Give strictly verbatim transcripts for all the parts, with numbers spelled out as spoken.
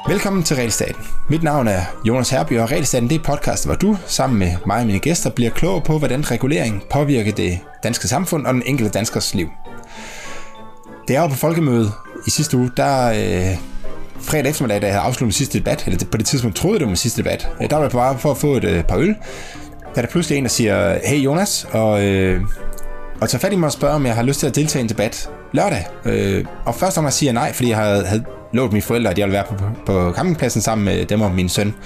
Velkommen til Realstaten. Mit navn er Jonas Herby, og Realstaten det er podcast, hvor du sammen med mig og mine gæster bliver klogere på, hvordan regulering påvirker det danske samfund og den enkelte danskers liv. Det er jo på folkemødet i sidste uge, der øh, fredag eftermiddag, da jeg havde afsluttet min sidste debat, eller på det tidspunkt troede jeg, det var min sidste debat, der var jeg på vej for at få et øh, par øl, da der pludselig en, der siger, hey Jonas, og, øh, og tager fat i mig og spørger, om jeg har lyst til at deltage i en debat lørdag. Øh, og først om jeg siger nej, fordi jeg havde, havde lovet mine forældre, at jeg ville være på, på campingpladsen sammen med dem og min søn.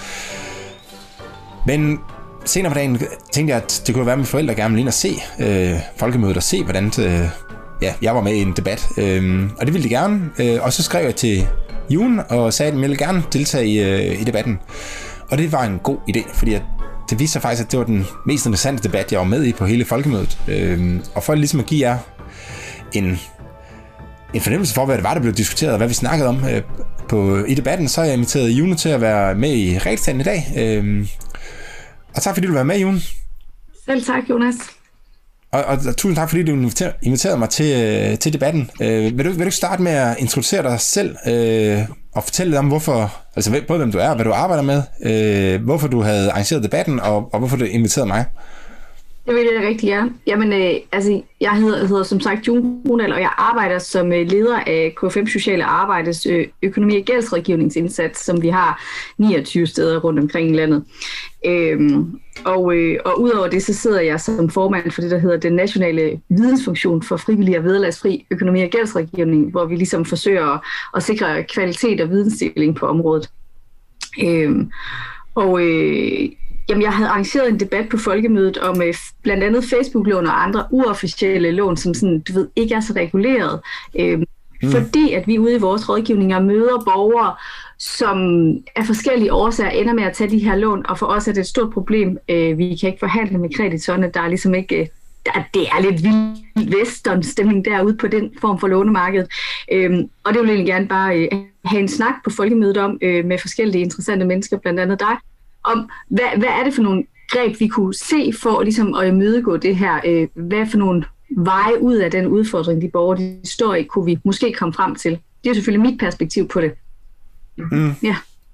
Men senere på dagen tænkte jeg, at det kunne være, at mine forældre gerne ville ind og se øh, folkemødet og se, hvordan øh, ja, jeg var med i en debat. Øh, og det ville de gerne. Øh, og så skrev jeg til June og sagde, at jeg ville gerne deltage i, øh, i debatten. Og det var en god idé, fordi at det viste sig faktisk, at det var den mest interessante debat, jeg var med i på hele folkemødet. Øh, og for ligesom at give jer en... en fornemmelse for, hvad det var, der blev diskuteret, og hvad vi snakkede om øh, på, i debatten, så har jeg inviteret June til at være med i Realstaten i dag. Øh, og tak fordi du var med, June. Selv tak, Jonas. Og, og, og tusind tak fordi du inviter, inviterede mig til, øh, til debatten. Øh, vil, du, vil du starte med at introducere dig selv øh, og fortælle lidt om, hvorfor, altså både hvem du er og hvad du arbejder med, øh, hvorfor du havde arrangeret debatten, og, og hvorfor du inviterede mig? Det vil jeg rigtig gerne. Jamen, øh, altså, jeg hedder, hedder som sagt June Brunel, og jeg arbejder som øh, leder af K F M Sociale Arbejdes øh, økonomi- og gældsrådgivningsindsats, som vi har niogtyve steder rundt omkring i landet. Øhm, og, øh, og udover det, så sidder jeg som formand for det, der hedder den nationale vidensfunktion for frivillig og vederlagsfri økonomi- og gældsrådgivning, hvor vi ligesom forsøger at, at sikre kvalitet og vidensdeling på området. Øhm, og øh, Jamen, jeg havde arrangeret en debat på folkemødet om øh, blandt andet Facebook-lån og andre uofficielle lån, som sådan, du ved, ikke er så reguleret. Øh, mm. Fordi at vi ude i vores rådgivninger møder borgere, som af forskellige årsager ender med at tage de her lån, og for os er det et stort problem. Øh, vi kan ikke forhandle med kreditorerne, der er ligesom ikke... Øh, der, det er lidt vild western stemning derude på den form for lånemarkedet. Øh, og det vil jeg egentlig gerne bare øh, have en snak på folkemødet om øh, med forskellige interessante mennesker, blandt andet dig, om, hvad, hvad er det for nogle greb, vi kunne se for ligesom at imødegå det her? Øh, hvad for nogle veje ud af den udfordring, de borgere de står i, kunne vi måske komme frem til? Det er selvfølgelig mit perspektiv på det. Mm. Ja.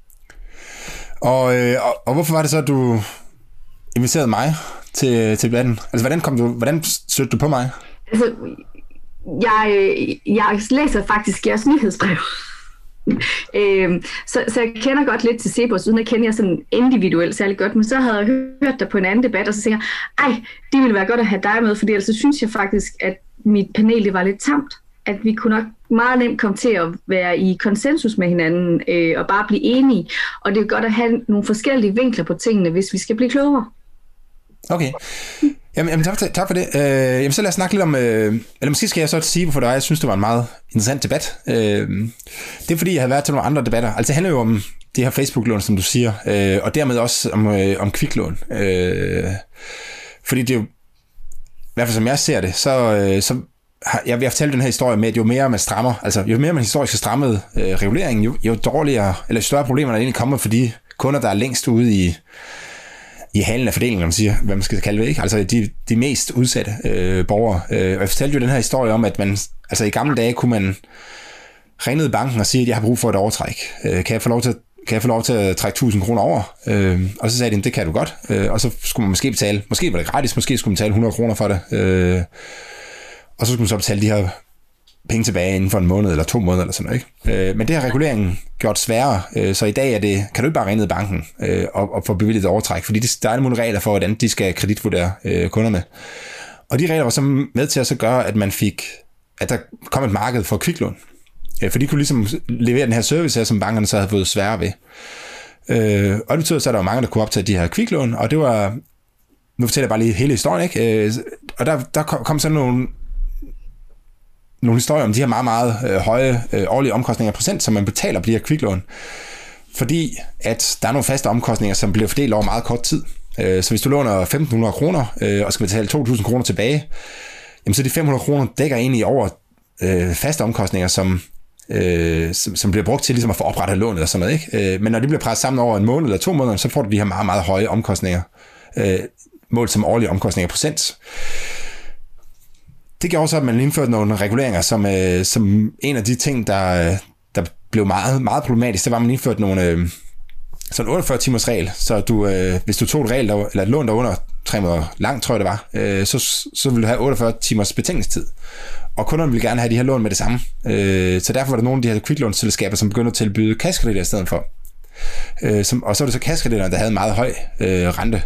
Og, øh, og, og hvorfor var det så, at du inviterede mig til, til debatten? Altså, hvordan, kom du, hvordan søgte du på mig? Altså, jeg, jeg læser faktisk jeres nyhedsbrev. øhm, så, så jeg kender godt lidt til Cepos, uden at kende jer sådan individuelt særlig godt, men så havde jeg hørt dig på en anden debat, og så tænker jeg, ej, det ville være godt at have dig med, fordi ellers så synes jeg faktisk, at mit panel det var lidt tamt, at vi kunne nok meget nemt komme til at være i konsensus med hinanden, øh, og bare blive enige, og det er godt at have nogle forskellige vinkler på tingene, hvis vi skal blive klogere. Okay. Jamen, jamen tak, tak for det. Øh, jamen, så lad os snakke lidt om... Øh, eller måske skal jeg så sige, hvorfor det var, jeg synes, det var en meget interessant debat. Øh, det er fordi, jeg havde været til nogle andre debatter. Altså, det handler jo om de her Facebook-lån, som du siger, øh, og dermed også om, øh, om kviklån. Øh, fordi det er jo... I hvert fald som jeg ser det, så... Øh, så har, jeg vil fortælle den her historie med, at jo mere man strammer, altså jo mere man historisk har strammet øh, reguleringen, jo, jo dårligere, eller større problemer, der egentlig kommer for de kunder, der er længst ude i... i halen af fordelingen, man siger, hvad man skal kalde det, ikke? Altså de, de mest udsatte øh, borgere. Øh, og jeg fortalte jo den her historie om, at man, altså i gamle dage kunne man ringe ned i banken og sige, at jeg har brug for et overtræk. Øh, kan jeg få lov til, kan jeg få lov til at trække tusind kroner over? Øh, og så sagde de, det kan du godt. Øh, og så skulle man måske betale, måske var det gratis, måske skulle man betale hundrede kroner for det. Øh, og så skulle man så betale de her penge tilbage inden for en måned eller to måneder eller sådan noget, ikke? Øh, men det har reguleringen gjort sværere, øh, så i dag er det, kan du ikke bare ringe ned i banken øh, og, og få bevilget et overtræk, fordi det, der er nogle regler for, hvordan de skal kreditvurdere øh, kunderne. Og de regler var så med til at så gøre, at man fik, at der kom et marked for kviklån, øh, for de kunne ligesom levere den her service her, som bankerne så havde fået sværere ved. Øh, og det betyder så, at der var mange, der kunne optage de her kviklån, og det var, nu fortæller jeg bare lige hele historien, ikke? Øh, og der, der kom, kom sådan nogle nogle historier om de her meget, meget øh, høje øh, årlige omkostninger procent, som man betaler på de her kviklån. Fordi at der er nogle faste omkostninger, som bliver fordelt over meget kort tid. Øh, så hvis du låner femten hundrede kroner øh, og skal betale to tusind kroner tilbage, jamen så de fem hundrede kroner dækker egentlig over øh, faste omkostninger, som, øh, som, som bliver brugt til ligesom at få oprettet lånet og sådan noget, ikke? Øh, men når de bliver presset sammen over en måned eller to måneder, så får du de her meget, meget høje omkostninger, øh, målt som årlige omkostninger procent. Det gjorde så, at man indførte nogle reguleringer, som, øh, som en af de ting, der, der, blev meget, meget problematisk, det var, at man indførte nogle, øh, sådan otteogfyrre timers regel, så du, øh, hvis du tog et, regel, der, eller et lån, der under tre måneder langt, tror jeg det var, øh, så, så ville du have otteogfyrre timers betænkningstid. Og kunderne ville gerne have de her lån med det samme. Øh, så derfor var der nogle af de her kviklånsselskaber, som begyndte at tilbyde kassekreditter i stedet for. Øh, som, og så var det så kassekreditterne, der havde en meget høj øh, rente.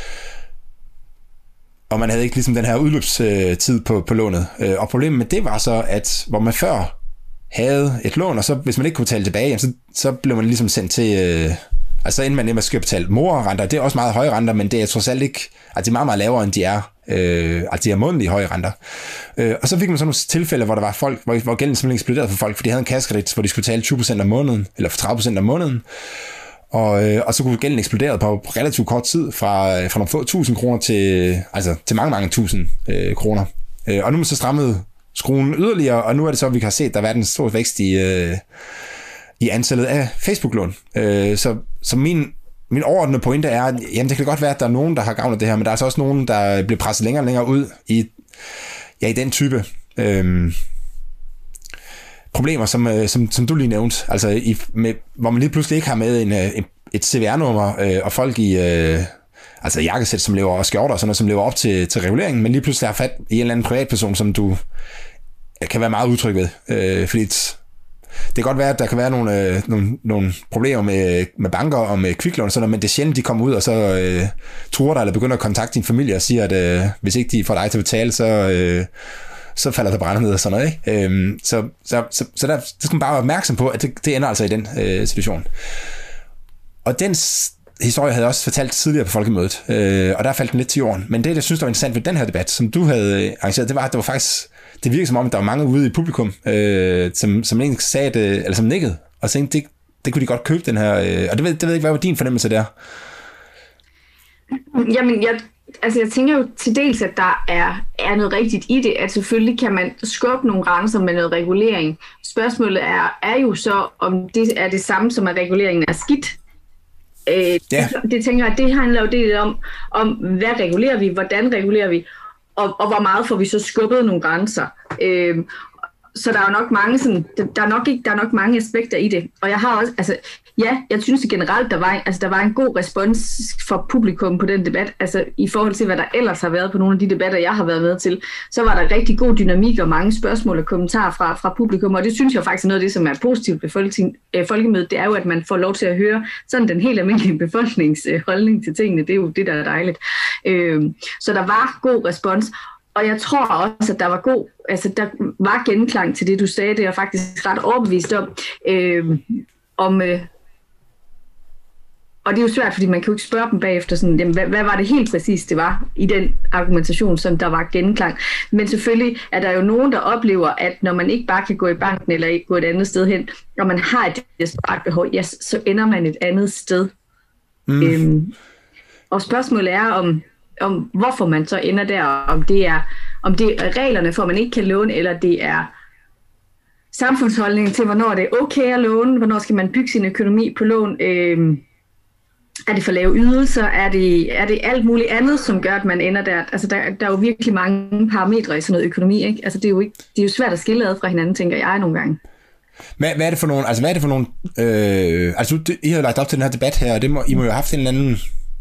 Og man havde ikke ligesom den her udløbstid på, på lånet. Øh, og problemet med det var så, at hvor man før havde et lån, og så hvis man ikke kunne betale tilbage, så, så blev man ligesom sendt til... Øh, altså inden man nemlig skal betale morrenter, det er også meget høje renter, men det er trods alt ikke... Altså de er meget, meget lavere, end de er. Øh, altså de er månedlige høje renter. Øh, og så fik man sådan nogle tilfælde, hvor der var folk, hvor, hvor gælden simpelthen eksploderede for folk, fordi de havde en kassekredit, hvor de skulle betale tyve procent om måneden, eller for tredive procent om måneden. Og, øh, og så kunne gælden eksplodere på relativt kort tid, fra, fra nogle få tusind kroner til, altså, til mange, mange tusind øh, kroner. Øh, og nu er man så strammet skruen yderligere, og nu er det så, at vi kan se, at der har været en stor vækst i, øh, i antallet af Facebook-lån. Øh, så, så min, min overordnede pointe er, at jamen, det kan godt være, at der er nogen, der har gavn af det her, men der er altså også nogen, der bliver presset længere og længere ud i, ja, i den type øh, problemer, som, som, som du lige nævnte, altså i, med, hvor man lige pludselig ikke har med en, en, et C V R-nummer øh, og folk i øh, altså jakkesæt, som lever og skjorter og sådan noget, som lever op til, til reguleringen, men lige pludselig har fat i en eller anden privatperson, som du kan være meget utryg ved, øh, fordi det kan godt være, at der kan være nogle, øh, nogle, nogle problemer med, med banker og med kviklån, sådan noget, men det er sjældent, de kommer ud og så øh, truer dig, eller begynder at kontakte din familie og siger, at øh, hvis ikke de får dig til at betale, så øh, så falder der brænder ned og sådan noget, ikke? Øhm, så, så, så, så der, der skal man bare være opmærksom på, at det, det ender altså i den øh, situation. Og den historie havde jeg også fortalt tidligere på folkemødet, øh, og der faldt den lidt til jorden. Men det, jeg synes, der var interessant ved den her debat, som du havde arrangeret, det var, at der var faktisk, det virkede som om, at der var mange ude i publikum, øh, som, som egentlig sagde det, eller som nikkede, og tænkte, det, det kunne de godt købe, den her, øh, og det ved, det ved jeg ikke, hvad var din fornemmelse der? Jamen, jeg Altså jeg tænker jo til dels, at der er, er noget rigtigt i det, at selvfølgelig kan man skubbe nogle grænser med noget regulering. Spørgsmålet er, er jo så, om det er det samme som, at reguleringen er skidt. Øh, yeah. det, det tænker jeg, det handler jo det om, om, hvad regulerer vi, hvordan regulerer vi, og, og hvor meget får vi så skubbet nogle grænser. Øh, så der er jo nok mange sådan, der er nok ikke, der er nok mange aspekter i det. Og jeg har også, altså, ja, jeg synes generelt, der var, altså, der var en god respons fra publikum på den debat, altså i forhold til, hvad der ellers har været på nogle af de debatter, jeg har været med til, så var der rigtig god dynamik og mange spørgsmål og kommentarer fra, fra publikum, og det synes jeg faktisk er noget af det, som er positivt ved folketing, øh, folkemødet, det er jo, at man får lov til at høre sådan den helt almindelige befolkningsholdning til tingene, det er jo det, der er dejligt. Øh, så der var god respons. Og jeg tror også, at der var god, altså der var genklang til det, du sagde, det er jeg faktisk ret overbevist om, øh, om øh, og det er jo svært, fordi man kan jo ikke spørge dem bagefter, sådan, jamen, hvad, hvad var det helt præcis, det var i den argumentation, som der var genklang. Men selvfølgelig er der jo nogen, der oplever, at når man ikke bare kan gå i banken eller gå et andet sted hen, og man har et desperat behov, ja, så ender man et andet sted. Mm. Øhm, og spørgsmålet er, om om hvorfor man så ender der, om det er om det er reglerne for, at man ikke kan låne, eller det er samfundsholdningen til, hvornår det er okay at låne, hvornår skal man bygge sin økonomi på lån, øhm, er det for lave ydelser, er det, er det alt muligt andet, som gør, at man ender der. Altså der, der er jo virkelig mange parametre i sådan noget økonomi, ikke? Altså det er jo, ikke, det er jo svært at skille ad fra hinanden, tænker jeg nogle gange. Hvad, hvad er det for nogle, altså hvad er det for nogle, øh, altså I har lagt op til den her debat her, og det må, I må jo have haft en eller anden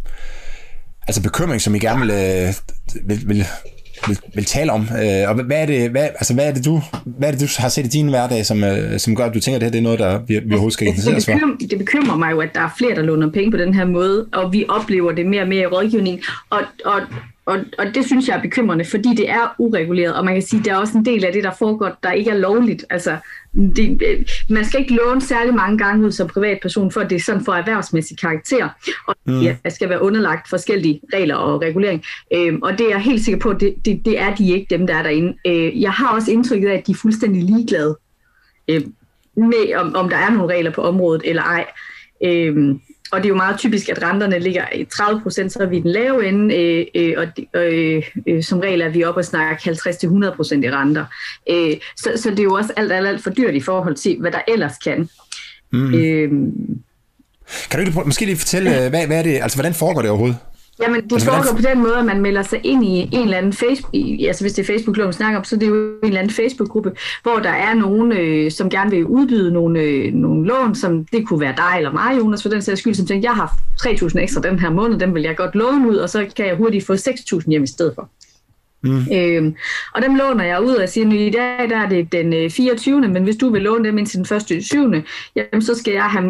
altså bekymring, som I gerne vil, øh, vil, vil, vil, vil tale om. Øh, og hvad er det, hvad, altså hvad er det du, hvad er det du har set i din hverdag, som, øh, som gør, at du tænker, at det her det er noget, der vi, vi overhovedet skal interessere os for? Det, det bekymrer mig jo, at der er flere, der låner penge på den her måde, og vi oplever det mere og mere i rådgivning, og, og Og, og det synes jeg er bekymrende, fordi det er ureguleret, og man kan sige, at der er også en del af det, der foregår, der ikke er lovligt. Altså, det, man skal ikke låne særlig mange gange ud som privatperson, for at det er sådan for erhvervsmæssig karakter, og mm. ja, det skal være underlagt forskellige regler og regulering. Øhm, og det er jeg helt sikker på, at det, det, det er de ikke, dem der er derinde. Øh, jeg har også indtrykket af, at de er fuldstændig ligeglade øh, med, om, om der er nogle regler på området eller ej. Øh, Og det er jo meget typisk, at renterne ligger i tredive procent, så er vi i den lave ende, øh, øh, og øh, øh, som regel er vi oppe og snakke halvtreds til hundrede procent i renter. Øh, så, så det er jo også alt, alt, alt for dyrt i forhold til, hvad der ellers kan. Mm. Øh, kan du ikke måske lige fortælle, ja. hvad, hvad er det, altså hvordan foregår det overhovedet? Jamen, det altså, foregår hvordan... på den måde, at man melder sig ind i en eller anden Facebook, altså hvis det er Facebook-klubben, vi snakker om, så er det jo en eller anden Facebook-gruppe, hvor der er nogen, øh, som gerne vil udbyde nogle, øh, nogle lån, som det kunne være dig eller mig, Jonas, for den sags skyld, som tænker, jeg har tre tusind ekstra den her måned, den vil jeg godt låne ud, og så kan jeg hurtigt få seks tusind hjem i stedet for. Mm. Øhm, og dem låner jeg ud og siger, at i dag der er det den fireogtyvende, men hvis du vil låne dem indtil den første syvende, jamen så skal jeg have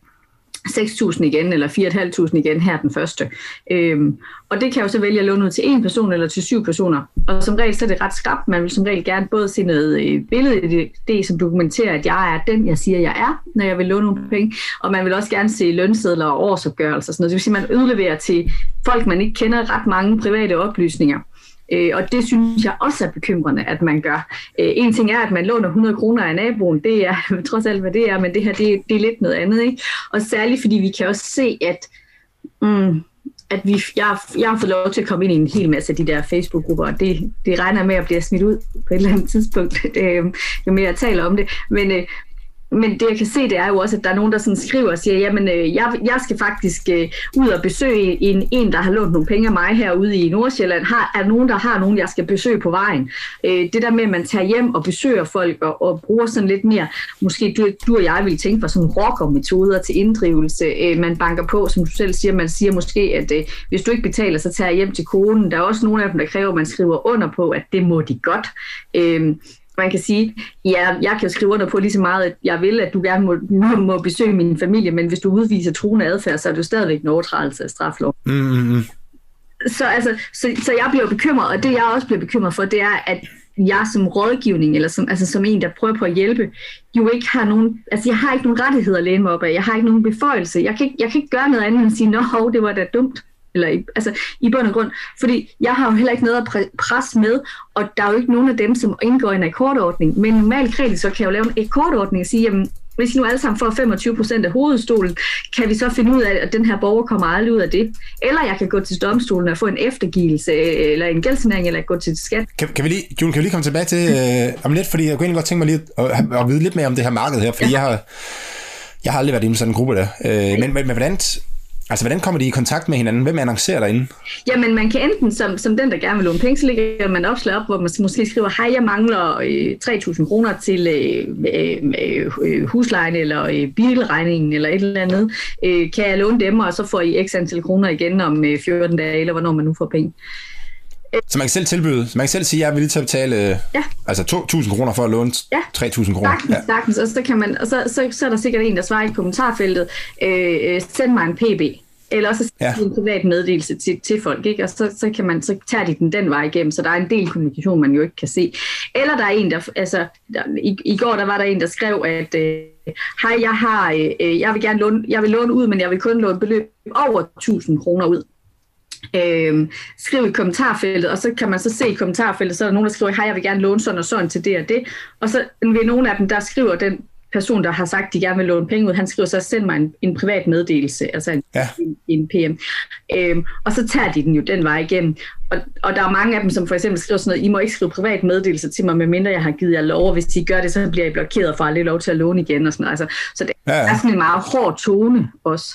seks tusind igen, eller fire tusind fem hundrede igen her den første. Øhm, og det kan jeg jo så vælge at låne ud til en person eller til syv personer. Og som regel så er det ret skrapt. Man vil som regel gerne både se noget øh, billede i det, det, som dokumenterer, at jeg er den, jeg siger, jeg er, når jeg vil låne nogle penge. Og man vil også gerne se lønsedler og årsopgørelser og sådan noget. Det vil sige, at man udleverer til folk, man ikke kender, ret mange private oplysninger. Øh, og det synes jeg også er bekymrende, at man gør. Øh, en ting er, at man låner hundrede kroner af naboen, det er trods alt, hvad det er, men det her, det, det er lidt noget andet, ikke? Og særligt, fordi vi kan også se, at, mm, at vi, jeg, jeg har fået lov til at komme ind i en hel masse af de der Facebook-grupper, og det, det regner med at blive smidt ud på et eller andet tidspunkt, øh, jo mere jeg taler om det. Men, øh, Men det jeg kan se, det er jo også, at der er nogen, der sådan skriver og siger, jamen øh, jeg, jeg skal faktisk øh, ud og besøge en, en, der har lånt nogle penge af mig herude i Nordsjælland. Har, er der nogen, der har nogen, jeg skal besøge på vejen? Øh, det der med, at man tager hjem og besøger folk og, og bruger sådan lidt mere, måske du, du og jeg ville tænke for sådan rockermetoder til inddrivelse. Øh, man banker på, som du selv siger, man siger måske, at øh, hvis du ikke betaler, så tager jeg hjem til konen. Der er også nogle af dem, der kræver, at man skriver under på, at det må de godt. Øh, Man kan sige, ja, jeg kan jo skrive under på lige så meget, at jeg vil, at du gerne må, må, må besøge min familie, men hvis du udviser truende adfærd, så er det jo stadigvæk en overtrædelse af straflov. Mm-hmm. Så, altså, så, så jeg bliver bekymret, og det jeg også bliver bekymret for, det er, at jeg som rådgivning, eller som, altså som en, der prøver på at hjælpe, jo ikke har nogen, altså jeg har ikke nogen rettigheder at læne mig op af, jeg har ikke nogen beføjelse, jeg kan ikke, jeg kan ikke gøre noget andet end at sige, nå, det var da dumt. Eller altså i bund og grund, fordi jeg har jo heller ikke noget at presse med, og der er jo ikke nogen af dem, som indgår i en akkordordning. Men normalt kredit, så kan jeg jo lave en akkordordning og sige, jamen, hvis I nu alle sammen får femogtyve procent af hovedstolen, kan vi så finde ud af, at den her borger kommer aldrig ud af det. Eller jeg kan gå til domstolen og få en eftergivelse, eller en gældssanering, eller gå til skat. Kan, kan vi lige, June, kan vi lige komme tilbage til øh, om lidt, fordi jeg kunne egentlig godt tænke mig lige at, at vide lidt mere om det her marked her, fordi ja. jeg har jeg har aldrig været inde i sådan en gruppe der. Øh, ja. Men, men, men hvordan... Altså, hvordan kommer de i kontakt med hinanden? Hvem annoncerer derinde? Jamen, man kan enten, som, som den, der gerne vil låne penge, så lægger man opslag op, hvor man måske skriver, hej, jeg mangler øh, tre tusind kroner til øh, øh, huslejen, eller øh, bilregningen, eller et eller andet. Øh, kan jeg låne dem, og så får I x antal kroner igen om øh, fjorten dage, eller hvornår man nu får penge. Så man kan selv tilbyde, så man kan selv sige, at jeg er villig til at betale ja. altså to tusind kroner for at låne ja. tre tusind kroner. Sagtens, ja. sagtens. Og, så, kan man, og så, så, så er der sikkert en, der svarer i kommentarfeltet, øh, send mig en P B. Eller også ja. en privat meddelelse til, til folk, ikke? Og så, så, kan man, så tager de den den vej igennem, så der er en del kommunikation, man jo ikke kan se. Eller der er en, der, altså, der, i, i går der var der en, der skrev, at øh, hej, jeg har, øh, jeg vil gerne låne, jeg vil låne ud, men jeg vil kun låne beløb over tusind kroner ud. Øh, skriv i kommentarfeltet, og så kan man så se i kommentarfeltet, så er der nogen, der skriver, hej, jeg vil gerne låne sådan og sådan til det og det. Og så ved nogle af dem, der skriver den person, der har sagt, de gerne vil låne penge ud, han skriver så, send mig en, en privat meddelelse, altså en, ja. en, en P M. Øhm, og så tager de den jo den vej igennem. Og, og der er mange af dem, som for eksempel skriver sådan noget, I må ikke skrive privat meddelelse til mig, medmindre jeg har givet jer lov, og hvis I gør det, så bliver I blokeret for at aldrig lov til at låne igen. Og sådan noget. Altså, så det ja, ja. er sådan en meget hård tone også.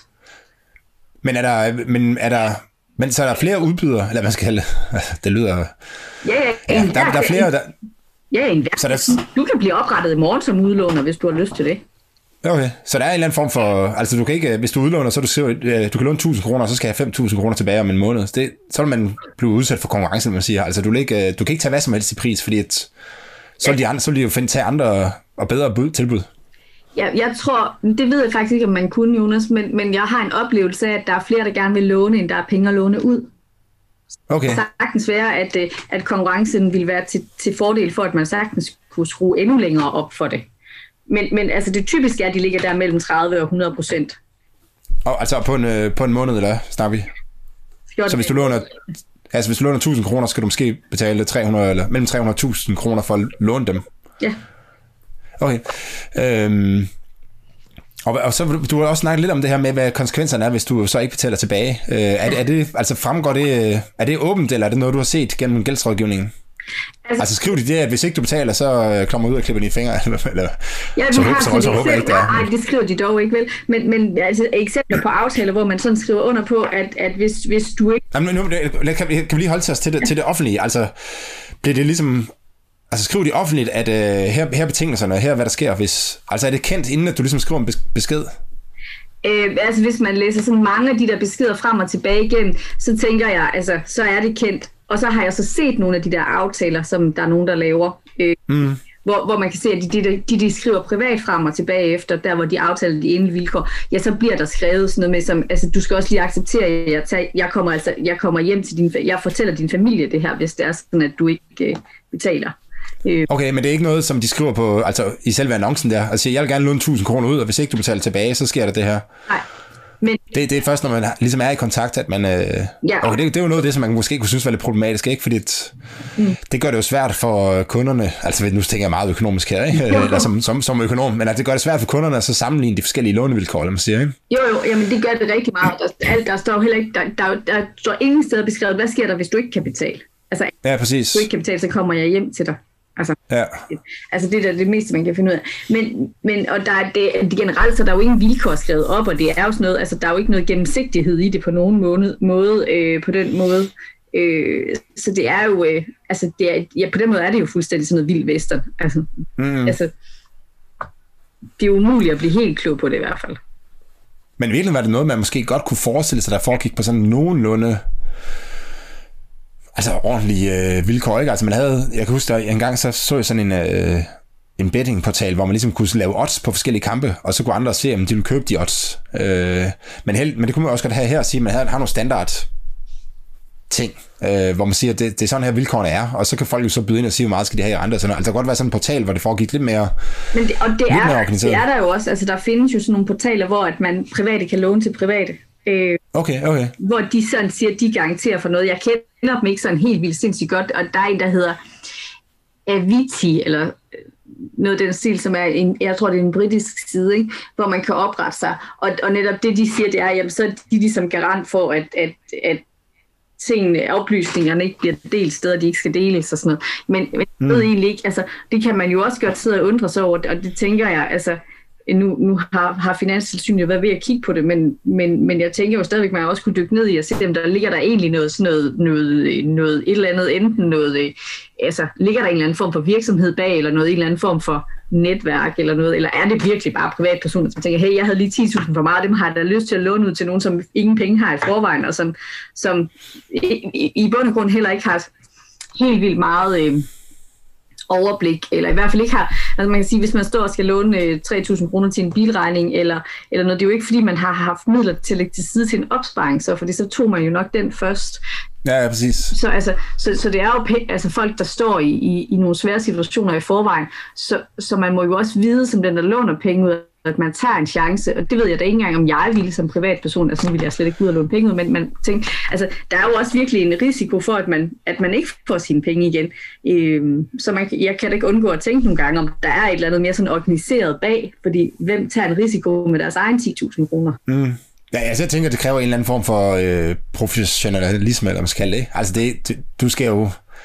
Men er der... Men er der men så er der flere udbydere, eller hvad skal jeg kalde det? Det lyder... Ja, ja. ja der, der er flere, der... Ja, en så der... du kan blive oprettet i morgen som udlåner, hvis du har lyst til det. Okay, så der er en eller anden form for, altså du kan ikke, hvis du udlåner, så du siger, du kan låne tusind kroner, og så skal jeg have fem tusind kroner tilbage om en måned. Det, så vil man blive udsat for konkurrence, man siger. Altså du, ikke, du kan ikke tage hvad som helst i pris, fordi at, så vil de, andre, så vil de jo finde tage andre og bedre bud, tilbud. Ja, jeg tror, det ved jeg faktisk ikke, om man kunne, Jonas, men, men jeg har en oplevelse af, at der er flere, der gerne vil låne, end der er penge at låne ud. Okay. Det kan sagtens være, at, at konkurrencen vil være til, til fordel for, at man sagtens kunne skrue endnu længere op for det. Men, men altså det typiske er, at de ligger der mellem tredive og hundrede procent. Og altså på en, på en måned, eller snakker vi? Så hvis du låner, altså hvis du låner tusind kroner, skal du måske betale tre hundrede eller mellem tre hundrede tusind kroner for at låne dem? Ja. Okay. Øhm, og, og så du har også snakket lidt om det her med, hvad konsekvenserne er, hvis du så ikke betaler tilbage. Øh, er, er det, altså fremgår det, er det åbent, eller er det noget, du har set gennem gældsrådgivningen? Altså, altså skriv de det, at hvis ikke du betaler, så kommer ud og klipper dine fingre, eller, eller ja, så, har så, så, så håber jeg ikke, det er. Nej, det skriver de dog ikke, vel? Men, men altså, eksempler på aftaler, hvor man sådan skriver under på, at, at hvis, hvis du ikke... Jamen, nu, kan, kan vi lige holde til os til det, til det offentlige? Altså, bliver det ligesom... Altså, skriv de offentligt, at uh, her, her betingelserne, her hvad der sker, hvis... Altså, er det kendt, inden at du ligesom skriver en besked? Øh, altså, hvis man læser sådan mange af de der beskeder frem og tilbage igen, så tænker jeg, altså, så er det kendt. Og så har jeg så set nogle af de der aftaler, som der er nogen, der laver, øh, mm. hvor, hvor man kan se, at de, de, de, de skriver privat frem og tilbage efter, der hvor de aftaler de endelige vilkår, ja, så bliver der skrevet sådan noget med, som, altså, du skal også lige acceptere, at jeg, tager, jeg, kommer, altså, jeg kommer hjem til din, jeg fortæller din familie det her, hvis det er sådan, at du ikke øh, betaler. Okay, men det er ikke noget, som de skriver på, altså i selve annoncen der, altså jeg vil gerne låne tusind kroner ud, og hvis ikke du betaler tilbage, så sker der det her. Nej. Men det, det er først, når man ligesom er i kontakt, at man... Øh, ja. Okay, det, det er jo noget af det, som man måske kunne synes var lidt problematisk, ikke? Fordi et, mm. det gør det jo svært for kunderne, altså nu tænker jeg meget økonomisk her, ikke? Eller som, som, som økonom, men altså, det gør det svært for kunderne at så sammenligne de forskellige lånevilkår, eller man siger, ikke? Jo, jo, jamen det gør det rigtig meget. Der, alt, der står heller ikke, der, der, der står ingen steder beskrevet, hvad sker der, hvis du ikke kan betale? Altså, ja, præcis. Hvis du ikke kan betale, så kommer jeg hjem til dig. Altså, ja. altså det er det meste, man kan finde ud af. Men, men og der er det, det generelt, så der er jo ingen vilkår skrevet op, og det er jo sådan noget, altså der er jo ikke noget gennemsigtighed i det på nogen måde, måde øh, på den måde. Øh, så det er jo, øh, altså det er, ja, på den måde er det jo fuldstændig sådan noget vild western. Altså, mm. altså, det er umuligt at blive helt klog på det i hvert fald. Men i virkeligheden var det noget, man måske godt kunne forestille sig, der foregik på sådan nogenlunde... Altså ordentlige øh, vilkår, ikke? Altså man havde, jeg kan huske, at en gang så så jeg sådan en, øh, en bettingportal, hvor man ligesom kunne lave odds på forskellige kampe, og så kunne andre se, om de ville købe de odds. Øh, men, held, men det kunne man også godt have her at sige, at man har nogle standard ting, øh, hvor man siger, at det, det er sådan her vilkårene er, og så kan folk jo så byde ind og sige, hvor meget skal de have i rente. Altså der kan godt være sådan en portal, hvor det foregik lidt mere men det, og det er, det er der jo også, altså der findes jo sådan nogle portaler, hvor at man private kan låne til private. Øh, okay, okay. Hvor de sådan siger, at de garanterer for noget. Jeg kender dem ikke sådan helt vildt sindssygt godt, og der er en, der hedder Aviti, eller noget af den stil, som er en, jeg tror, det er en britisk side, ikke? Hvor man kan oprette sig. Og, og netop det, de siger, det er, jamen, så er de ligesom garant for, at, at, at tingene, oplysningerne ikke bliver delt steder, de ikke skal deles og sådan noget. Men, men jeg ved mm. egentlig ikke, altså, det kan man jo også godt sidde og undre sig over, og det tænker jeg, altså, Nu, nu har, har Finanstilsynet været ved at kigge på det, men, men, men jeg tænker jo stadigvæk, at man også kunne dykke ned i og se, om der ligger der egentlig noget, sådan noget, noget, noget et eller andet, enten noget, altså ligger der en eller anden form for virksomhed bag, eller noget, en eller anden form for netværk, eller noget, eller er det virkelig bare privatpersoner, som tænker, hey, jeg havde lige ti tusind for meget, dem har jeg da lyst til at låne ud til nogen, som ingen penge har i forvejen, og som, som i, i bund og grund heller ikke har helt vildt meget... Øh, overblik, eller i hvert fald ikke har, altså man kan sige, hvis man står og skal låne øh, tre tusind kroner til en bilregning, eller, eller noget, det er jo ikke, fordi man har haft midler til at lægge til side til en opsparing, så fordi så tog man jo nok den først. Ja, ja, præcis. Så, altså, så, så det er jo p- altså folk, der står i, i, i nogle svære situationer i forvejen, så, så man må jo også vide, som den, der låner penge ud, at man tager en chance, og det ved jeg da ikke engang, om jeg ville som privatperson, altså nu vil jeg slet ikke ud og låne penge ud, men man tænker, altså der er jo også virkelig en risiko for, at man, at man ikke får sine penge igen. Øhm, så man, jeg kan da ikke undgå at tænke nogle gange, om der er et eller andet mere sådan organiseret bag, fordi hvem tager en risiko med deres egen ti tusind kroner? Mm. Ja, altså jeg tænker, det kræver en eller anden form for øh, professionalisme, eller man skal kalde det. Altså det, det, du skal jo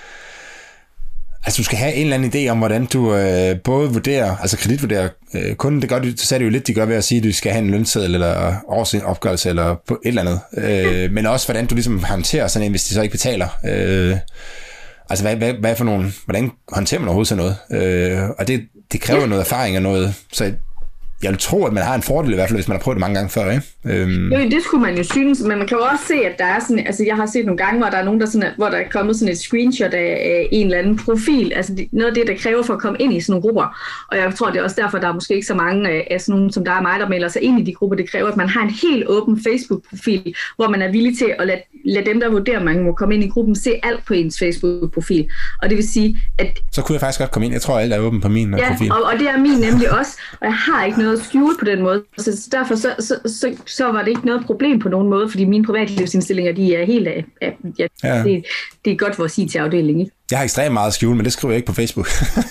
Altså, du skal have en eller anden idé om, hvordan du øh, både vurderer, altså kreditvurderer øh, kunden. Det gør du, så er det jo lidt, de gør ved at sige, at du skal have en lønseddel eller årsopgørelse eller på et eller andet. Øh, men også, hvordan du ligesom håndterer sådan en, hvis de så ikke betaler. Øh, altså, hvad, hvad, hvad for nogle, hvordan håndterer man overhovedet sådan noget? Øh, og det, det kræver noget erfaring og noget, så jeg vil tro, at man har en fordel i hvert fald, hvis man har prøvet det mange gange før, ikke? Øhm. Jo, det skulle man jo synes, men man kan jo også se, at der er sådan, altså jeg har set nogle gange, hvor der er nogen, der sådan, hvor der er kommet sådan et screenshot af en eller anden profil, altså det, noget af det, der kræver for at komme ind i sådan nogle grupper, og jeg tror, det er også derfor, der er måske ikke så mange af sådan nogen, som der er mig, der melder sig ind i de grupper, det kræver, at man har en helt åben Facebook-profil, hvor man er villig til at lade, lade dem, der vurderer, man må komme ind i gruppen, se alt på ens Facebook-profil, og det vil sige, at... Så kunne jeg faktisk godt komme ind, jeg tror, alt er åben på min ja, profil. Ja, og, og det er min nemlig også, og jeg har ikke noget at skjule på den måde, så derfor så, så, så, så var det ikke noget problem på nogen måde, fordi mine privatlivsindstillinger, de er helt af, af ja, ja. Det, det er godt vores I T-afdeling, ikke? Jeg har ekstremt meget at skjule, men det skriver jeg ikke på Facebook.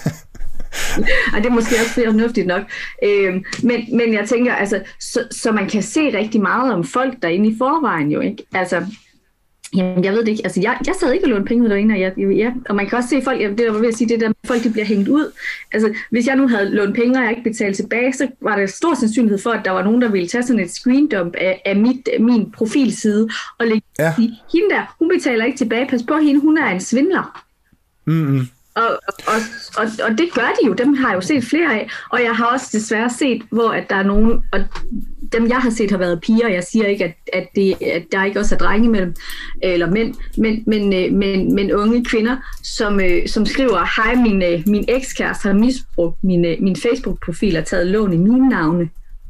Og det er måske også fornuftigt nok. Øhm, men, men jeg tænker, altså, så, så man kan se rigtig meget om folk derinde i forvejen jo, ikke? Altså, Jamen, jeg ved det ikke. Altså, jeg, jeg sad ikke og lånte penge ud derinde, og, jeg, ja. Og man kan også se folk, det der var ved at sige, det der, folk de bliver hængt ud. Altså, hvis jeg nu havde lånt penge, og jeg ikke betalte tilbage, så var der stor sandsynlighed for, at der var nogen, der ville tage sådan et screendump af, af mit, min profilside, og lægge ja. hende der, hun betaler ikke tilbage, pas på hende, hun er en svindler. Mm-hmm. Og, og, og, og det gør de jo, dem har jeg jo set flere af, og jeg har også desværre set, hvor at der er nogen, og dem jeg har set har været piger, jeg siger ikke, at, at, det, at der ikke også er drenge imellem, eller mænd, men, men, men, men unge kvinder, som, som skriver, hej, min, min ekskæreste har misbrugt min, min Facebook-profil og taget lån i mine navne.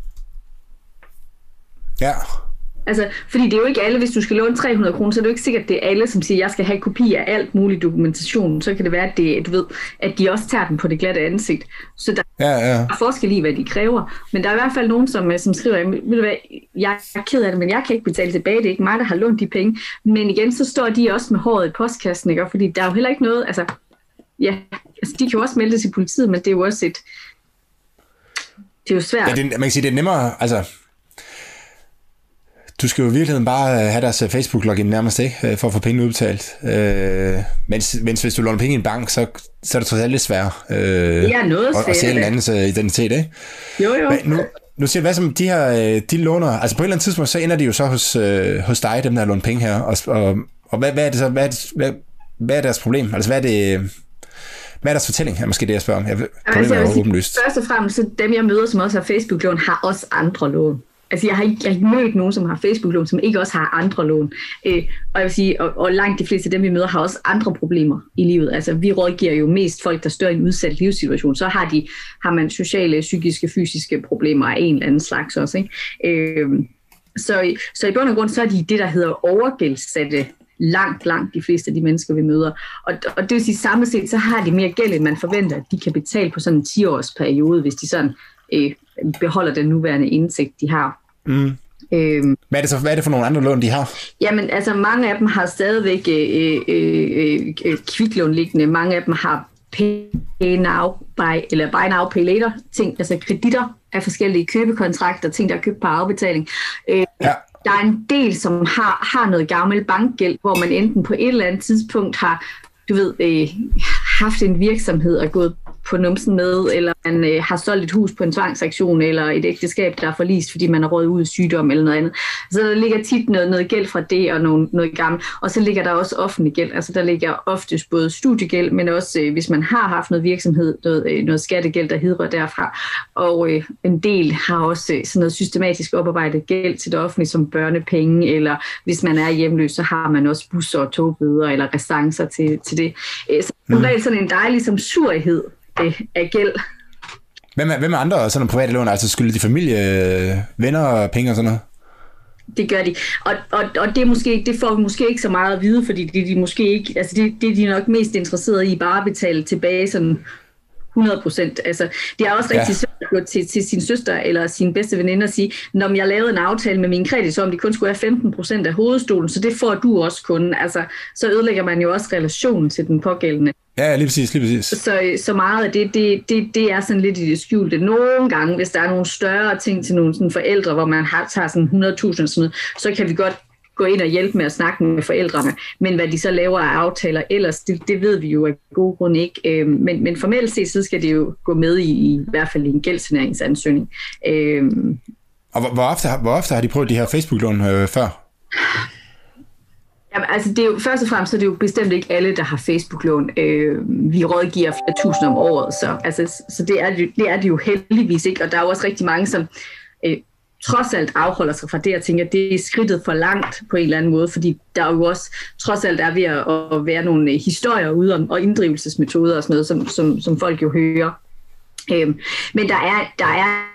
Ja. Altså, fordi det er jo ikke alle, hvis du skal låne tre hundrede kroner, så er det jo ikke sikkert, at det er alle, som siger, at jeg skal have kopi af alt mulig dokumentation. Så kan det være, at, det, du ved, at de også tager den på det glatte ansigt. Så der ja, ja. er forskel i, hvad de kræver. Men der er i hvert fald nogen, som, som skriver, ved du hvad, jeg er ked af det, men jeg kan ikke betale tilbage. Det er ikke mig, der har lånt de penge. Men igen, så står de også med håret i postkassen, ikke? Fordi der er jo heller ikke noget, altså, ja, altså, de kan jo også melde til politiet, men det er jo også et, det er jo svært. Ja, det, man kan sige, det er nemmere, altså, du skal jo i virkeligheden bare have deres Facebook-login nærmest, ikke? For at få penge udbetalt. Øh, mens, mens hvis du låner penge i en bank, så, så er det trods alt lidt sværere. Øh, det er noget sværere. Og se en andens identitet, ikke? Jo, jo. Men nu, nu siger jeg, hvad som de her, de låner, altså på et eller andet tidspunkt, så ender de jo så hos, øh, hos dig, dem der har lånt penge her, og, og, og hvad, hvad er det så, hvad er, det, hvad, hvad er deres problem? Altså hvad er det, hvad er deres fortælling? Er måske det, jeg spørger om. Jeg, altså, jeg vil sige, først og fremmest, så dem jeg møder, som også har Facebook-lån, har også andre lån. Altså, jeg har, ikke, jeg har ikke mødt nogen, som har Facebook-lån, som ikke også har andre lån. Øh, og jeg vil sige, og, og langt de fleste af dem, vi møder, har også andre problemer i livet. Altså, vi rådgiver jo mest folk, der står i en udsat livssituation. Så har, de, har man sociale, psykiske, fysiske problemer af en eller anden slags også, ikke? Øh, så, så i bund og grund, så er de det, der hedder overgældssatte, langt, langt de fleste af de mennesker, vi møder. Og, og det vil sige, samlet set, så har de mere gæld, end man forventer, at de kan betale på sådan en ti-års periode, hvis de sådan øh, beholder den nuværende indtægt, de har. Mm. Øhm, hvad, er det så, hvad er det for nogle andre lån, de har? Jamen, altså mange af dem har stadigvæk øh, øh, øh, kviklån liggende. Mange af dem har pay now, buy, eller buy now, pay later ting, altså kreditter af forskellige købekontrakter, ting, der er købt på afbetaling. Øh, ja. Der er en del, som har, har noget gammel bankgæld, hvor man enten på et eller andet tidspunkt har, du ved, øh, haft en virksomhed og gået på numsen med, eller man øh, har solgt et hus på en tvangsaktion, eller et ægteskab, der er forlist, fordi man er rådet ud i sygdom eller noget andet. Så der ligger tit noget, noget gæld fra det, og noget, noget gammelt. Og så ligger der også offentlig gæld. Altså der ligger oftest både studiegæld, men også øh, hvis man har haft noget virksomhed, noget, øh, noget skattegæld, der hedder derfra. Og øh, en del har også øh, sådan noget systematisk oparbejdet gæld til det offentlige, som børnepenge, eller hvis man er hjemløs, så har man også busser og togbøder, eller restancer til, til det. Øh, så mm. der er sådan en dejlig som surhed af gæld. Hvem er, hvem er andre sådan nogle private lån? Altså skylder de familie, venner, penge og sådan noget? Det gør de. Og, og, og det, er måske, det får vi måske ikke så meget at vide, fordi det, de måske ikke, altså det, det er de nok mest interesserede i, bare at betale tilbage sådan hundrede procent. Altså, det er også rigtig ja. svært at gå til, til sin søster eller sin bedste veninde og sige, når jeg lavede en aftale med min kreditor, om de kun skulle have femten procent af hovedstolen, så det får du også kun. Altså, så ødelægger man jo også relationen til den pågældende. Ja, lige præcis, lige præcis. Så, så meget af det, det, det, det er sådan lidt i det skjulte. Nogle gange, hvis der er nogle større ting til nogle sådan forældre, hvor man har, tager sådan hundrede tusind sådan noget, så kan vi godt gå ind og hjælpe med at snakke med forældrene. Men hvad de så laver af aftaler ellers, det, det ved vi jo af gode grunde ikke. Men, men formelt set, så skal det jo gå med i, i hvert fald i en gældsaneringsansøgning. Og hvor, hvor, ofte, hvor ofte har de prøvet de her Facebook-lån øh, før? Jamen, altså det er jo, først og fremmest så er det jo bestemt ikke alle, der har Facebook-lån. Øh, vi rådgiver flere tusind om året, så, altså, så det, er det, det er det jo heldigvis ikke. Og der er jo også rigtig mange, som øh, trods alt afholder sig fra det og tænker, at det er skridtet for langt på en eller anden måde, fordi der jo også trods alt er ved at, at være nogle historier ude om, og inddrivelsesmetoder og sådan noget, som, som, som folk jo hører. Øh, men der er, der er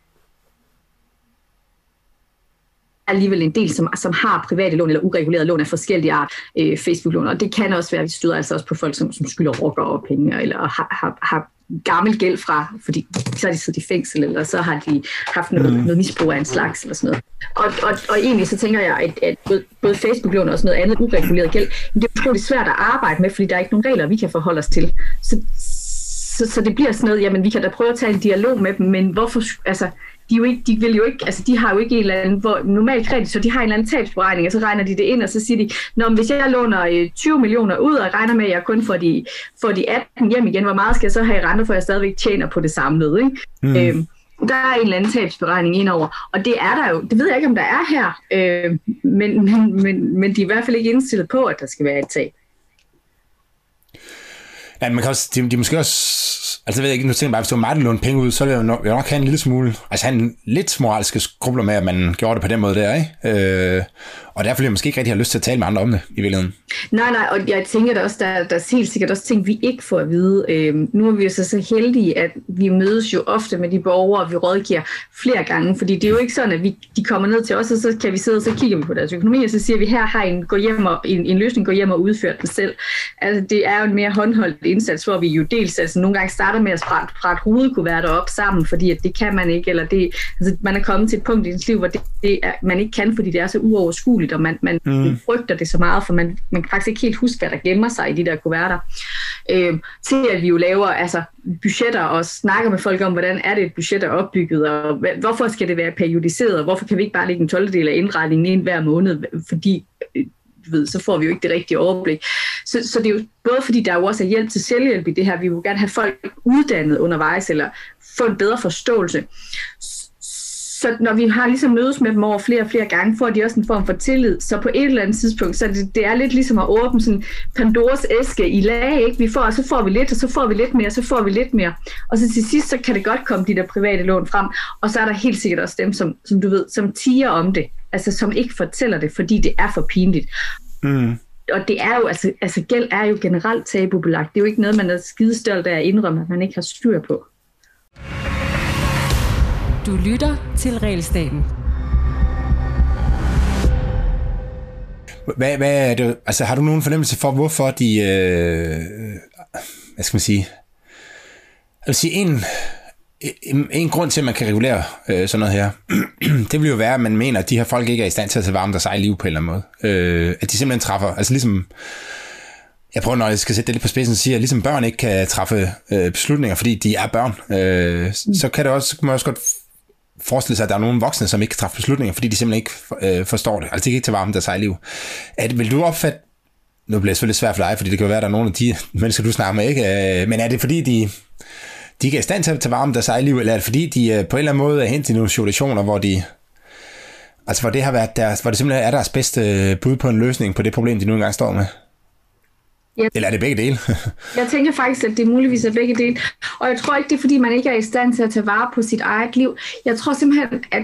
alligevel en del, som, som har private lån eller uregulerede lån af forskellige art, øh, Facebook-lån, og det kan også være, at vi støder altså også på folk, som, som skylder rockere og penge, eller har, har, har gammel gæld fra, fordi så har de siddet i fængsel, eller så har de haft noget, mm. noget misbrug af en slags, eller sådan noget. Og, og, og egentlig så tænker jeg, at, at både, både Facebook-lån og også noget andet ureguleret gæld, det er utroligt svært at arbejde med, fordi der er ikke nogen regler, vi kan forholde os til. Så, så, så det bliver sådan noget, jamen vi kan da prøve at tage en dialog med dem, men hvorfor, altså, de, jo ikke, de vil jo ikke, altså de har jo ikke en eller anden, hvor normalt kredit, så de har en eller anden tabsberegning, og så regner de det ind, og så siger de, nå, hvis jeg låner tyve millioner ud, og regner med, at jeg kun får de, får de atten hjem igen, hvor meget skal jeg så have i rente, for jeg stadigvæk tjener på det samlede, ikke? Mm. Øhm, der er en eller anden tabsberegning indover, og det er der jo, det ved jeg ikke, om der er her, øh, men, men, men, men de er i hvert fald ikke indstillet på, at der skal være et tab. Ja, man kan også, de, de måske også, altså jeg ved ikke, nu tænker jeg bare, hvis du var mig, der lånte penge ud, så ville jeg nok, jeg nok have en lille smule, altså have en lidt moralske skrubler med, at man gjorde det på den måde der, ikke? Øh, og derfor ville jeg måske ikke rigtig have lyst til at tale med andre om det, i virkeligheden. Nej, nej, og jeg tænker da også, der, der er helt sikkert også ting, vi ikke får at vide. Øh, nu er vi jo så, så heldige, at vi mødes jo ofte med de borgere, vi rådgiver flere gange, fordi det er jo ikke sådan, at vi, de kommer ned til os, og så kan vi sidde og så kigger vi på deres økonomi, og så siger vi, her har en, gå hjem og, en, en løsning, gå hjem og udføre den selv. Altså det er jo en mere håndholdt indsats, hvor vi jo dels altså, nogle gange starter med at fra, fra et hovedkuvert op sammen, fordi at det kan man ikke, eller det, altså, man er kommet til et punkt i ens liv, hvor det, det er, man ikke kan, fordi det er så uoverskueligt, og man, man mm. frygter det så meget, for man, man kan faktisk ikke helt huske, hvad der gemmer sig i de der kuverter. Øh, til at vi jo laver altså, budgetter og snakker med folk om, hvordan er det et budget er opbygget, og hvorfor skal det være periodiseret, og hvorfor kan vi ikke bare lægge en tolvte del af indretningen ind hver måned, fordi du ved, så får vi jo ikke det rigtige overblik. Så, så det er jo både fordi, der jo også er hjælp til selvhjælp i det her, vi vil gerne have folk uddannet undervejs, eller få en bedre forståelse. Så når vi har ligesom mødes med dem over flere og flere gange, får de også en form for tillid. Så på et eller andet tidspunkt, så det, det er lidt ligesom at åbne sådan Pandoras æske i lag, ikke? Vi får, så får vi lidt, og så får vi lidt mere, så får vi lidt mere. Og så til sidst, så kan det godt komme de der private lån frem. Og så er der helt sikkert også dem, som, som du ved, som tiger om det. Altså som ikke fortæller det, fordi det er for pinligt. Mm. Og det er jo, altså, altså gæld er jo generelt tabubelagt. Det er jo ikke noget, man er skidestolt af at indrømme, at man ikke har styr på. Du lytter til Realstaten. Hvad, hvad er det, altså har du nogen fornemmelse for, hvorfor de, øh, hvad skal man sige, jeg vil sige, en, en, en grund til, at man kan regulere øh, sådan noget her, det vil jo være, at man mener, at de her folk ikke er i stand til at tage varme deres eget liv på en eller anden måde. Øh, at de simpelthen træffer, altså ligesom, jeg prøver, når jeg skal sætte det lidt på spidsen, at sige, at ligesom børn ikke kan træffe øh, beslutninger, fordi de er børn, øh, mm. så kan det også, kan man også godt forestille sig, at der er nogle voksne, som ikke kan træffe beslutninger, fordi de simpelthen ikke øh, forstår det. Altså, de kan ikke tage vare på deres eget liv. At, vil du opfatte, nu bliver det selvfølgelig svært for dig, fordi det kan jo være, at der er nogle af de mennesker, du snakker med, ikke? Øh, men er det fordi, de, de ikke er i stand til at tage vare på deres eget liv, eller er det fordi, de øh, på en eller anden måde er hen til nogle situationer, hvor de, altså hvor det har været deres, hvor det simpelthen er deres bedste bud på en løsning på det problem, de nu engang står med? Jeg, Eller er det begge dele? Jeg tænker faktisk, at det muligvis er begge dele. Og jeg tror ikke, det er, fordi man ikke er i stand til at tage vare på sit eget liv. Jeg tror simpelthen, at...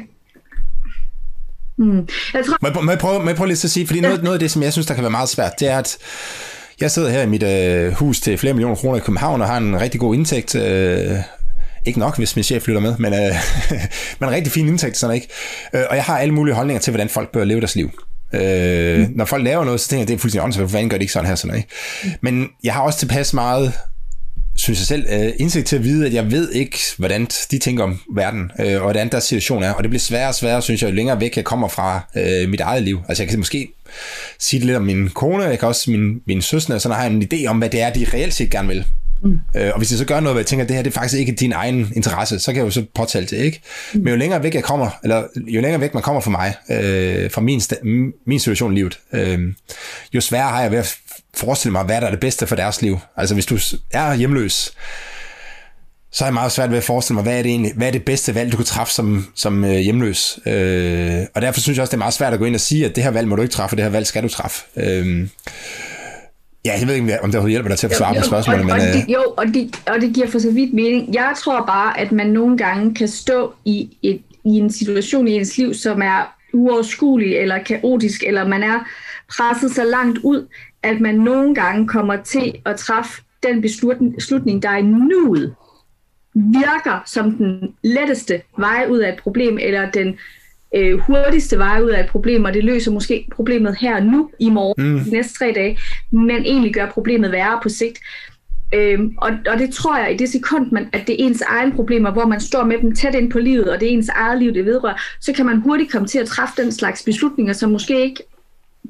Hmm. Jeg tror... Må, jeg, må, jeg prøve, må jeg prøve lidt at sige, fordi noget, noget af det, som jeg synes, der kan være meget svært, det er, at jeg sidder her i mit øh, hus til flere millioner kroner i København, og har en rigtig god indtægt. Øh, ikke nok, hvis min chef flytter med, men, øh, men en rigtig fin indtægt, sådan ikke. Øh, og jeg har alle mulige holdninger til, hvordan folk bør leve deres liv. Øh, mm. Når folk laver noget, så tænker jeg, det er fuldstændig åndssvagt, hvorfor gør det ikke sådan her, sådan, ikke? Mm. Men jeg har også tilpas meget, synes jeg selv, øh, indsigt til at vide, at jeg ved ikke, hvordan de tænker om verden, øh, og hvordan deres situation er, og det bliver sværere og sværere, synes jeg, jo længere væk jeg kommer fra øh, mit eget liv. Altså jeg kan måske sige det lidt om min kone, jeg kan også min, min søstre, og sådan har jeg en idé om, hvad det er, de reelt set gerne vil. Mm. Øh, og hvis jeg så gør noget, hvor jeg tænker, at det her det er faktisk ikke din egen interesse, så kan jeg jo så påtale det, ikke? Mm. Men jo længere væk jeg kommer, eller jo længere væk man kommer fra mig, øh, fra min, min situation i livet, øh, jo sværere har jeg ved at forestille mig, hvad der er det bedste for deres liv. Altså hvis du er hjemløs, så er jeg meget svært ved at forestille mig, hvad er det egentlig, hvad er det bedste valg, du kan træffe som, som øh, hjemløs. Øh, og derfor synes jeg også, det er meget svært at gå ind og sige, at det her valg må du ikke træffe, det her valg skal du træffe. Øh, Ja, jeg ved ikke, om det hjælper dig til at svare på spørgsmålet. Men, og det, jo, og det, og det giver for så vidt mening. Jeg tror bare, at man nogle gange kan stå i, et, i en situation i ens liv, som er uoverskuelig eller kaotisk, eller man er presset så langt ud, at man nogle gange kommer til at træffe den beslutning, der i nuet virker som den letteste vej ud af et problem, eller den øh, hurtigste vej ud af et problem, og det løser måske problemet her nu, i morgen, mm. de næste tre dage, men egentlig gør problemet værre på sigt. Øhm, og, og det tror jeg i det sekund, man, at det er ens egen problemer, hvor man står med dem tæt ind på livet, og det er ens eget liv, det vedrører, så kan man hurtigt komme til at træffe den slags beslutninger, som måske ikke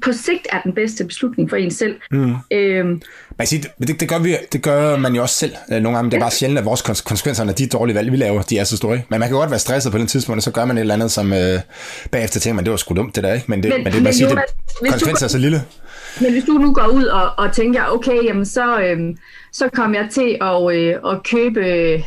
på sigt er den bedste beslutning for en selv. Mm. Øhm, man siger, det, det, gør vi, det gør man jo også selv. Nogle gange det er bare sjældent, at vores konsekvenser af de dårlige valg, vi laver, de er så store. Ikke? Men man kan godt være stresset på den tidspunkt, og så gør man et eller andet, som øh, bagefter tænker man, det var sgu dumt det der, ikke? Men det, men, men det er bare sige, Jonas, det, konsekvenser du, er så lille. Men hvis du nu går ud og, og tænker, okay, jamen så, øh, så kommer jeg til at, øh, at købe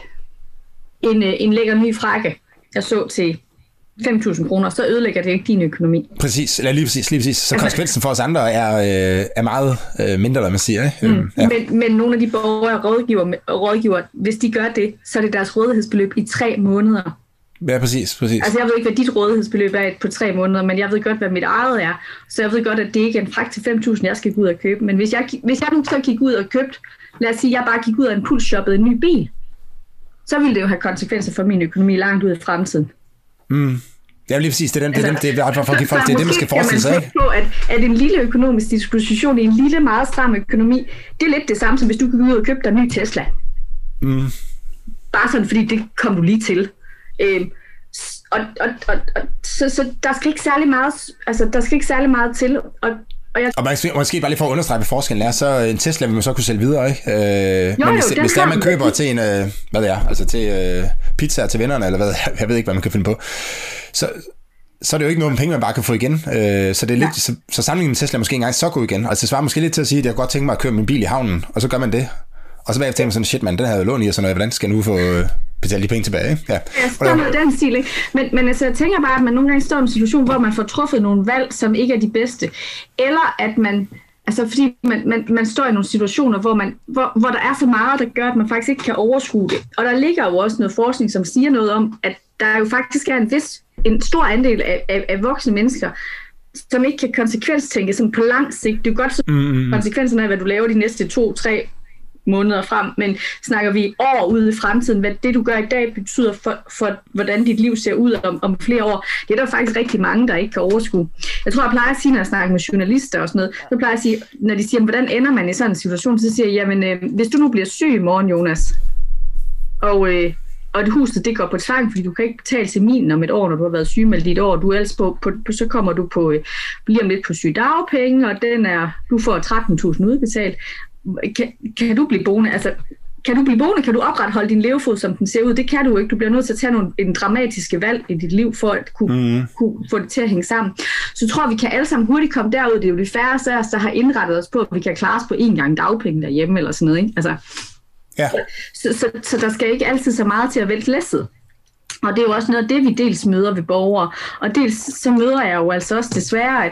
en, en lækker ny frakke, jeg så til fem tusind kroner, så ødelægger det ikke din økonomi. Præcis, eller lige præcis, lige præcis. Så konsekvensen for os andre er, øh, er meget øh, mindre, hvad man siger. Ikke? Mm. Ja. Men, men nogle af de borgere og rådgiver, rådgiver, hvis de gør det, så er det deres rådighedsbeløb i tre måneder. Ja, præcis, præcis. Altså jeg ved ikke, hvad dit rådighedsbeløb er på tre måneder, men jeg ved godt, hvad mit eget er. Så jeg ved godt, at det ikke er en fragt til fem tusind, jeg skal gå ud og købe. Men hvis jeg, hvis jeg nu så gik ud og købte, lad os sige, at jeg bare gik ud og impulsshoppede en ny bil, så ville det jo have konsekvenser for min økonomi langt ud i fremtiden. Mm. Ja, lige præcis. Det er, den, det er, altså, det er, for, for, for, det, er det, man skal forestille sig. Måske på, at, at en lille økonomisk disposition i en lille, meget stram økonomi, det er lidt det samme, som hvis du kan gå ud og købe dig en ny Tesla. Mm. Bare sådan, fordi det kom du lige til. Øhm, og, og, og, og, så, så der skal ikke særlig meget, altså, der skal ikke særlig meget til. Og, og, jeg... og måske, måske bare lige for at understrege, hvad forskellen er, så en Tesla vil man så kunne sælge videre, ikke? Øh, jo, men hvis, jo, hvis der man køber til en, øh, hvad det er, altså til øh, pizza til vennerne, eller hvad, jeg ved ikke, hvad man kan finde på, så, så er det jo ikke noget med penge, man bare kan få igen. Øh, så det er lidt, ja. så, så sammenligningen med Tesla er måske engang så god igen. Altså det svarer måske lidt til at sige, at jeg godt tænker mig at køre min bil i havnen, og så gør man det. Og så bagefter tænker man sådan, shit man, den havde jo lån i, og sådan noget, hvordan skal jeg nu få øh, betale de penge tilbage? Ikke? Ja, ja sådan noget den stil, ikke? Men, men altså, jeg tænker bare, at man nogle gange står i en situation, hvor man får truffet nogle valg, som ikke er de bedste. Eller at man, altså fordi man, man, man står i nogle situationer, hvor, man, hvor, hvor der er så meget, der gør, at man faktisk ikke kan overskue det. Og der ligger jo også noget forskning, som siger noget om, at der jo faktisk er en vis, en stor andel af, af, af voksne mennesker, som ikke kan konsekvenstænke sådan på lang sigt. Det er godt så mm. konsekvenserne af, hvad du laver de næste to, tre måneder frem, men snakker vi år ude i fremtiden, hvad det du gør i dag betyder for, for hvordan dit liv ser ud om, om flere år, det er der faktisk rigtig mange, der ikke kan overskue. Jeg tror, jeg plejer at sige, når jeg snakker med journalister og sådan noget, så plejer jeg at sige, når de siger, hvordan ender man i sådan en situation, så siger jeg, jamen, øh, hvis du nu bliver syg i morgen, Jonas, og, øh, og et huset, det går på tvang, fordi du kan ikke betale til min om et år, når du har været sygemeldt i et år, du er ellers på, på, på, så kommer du på, øh, lige om lidt på sygedagpenge, og den er, du får tretten tusind udbetalt. Kan, kan du blive boende, altså kan du blive boende, kan du opretholde din levefod, som den ser ud? Det kan du ikke. Du bliver nødt til at tage nogle en dramatiske valg i dit liv, for at kunne, mm. kunne få det til at hænge sammen. Så jeg tror, vi kan alle sammen hurtigt komme derud. Det er jo de færreste af os, der har indrettet os på, at vi kan klare os på én gang dagpenge derhjemme, eller sådan noget, ikke? Altså, ja. så, så, så der skal ikke altid så meget til at vælte læsset. Og det er jo også noget af det, vi dels møder ved borgere. Og dels så møder jeg jo altså også desværre, at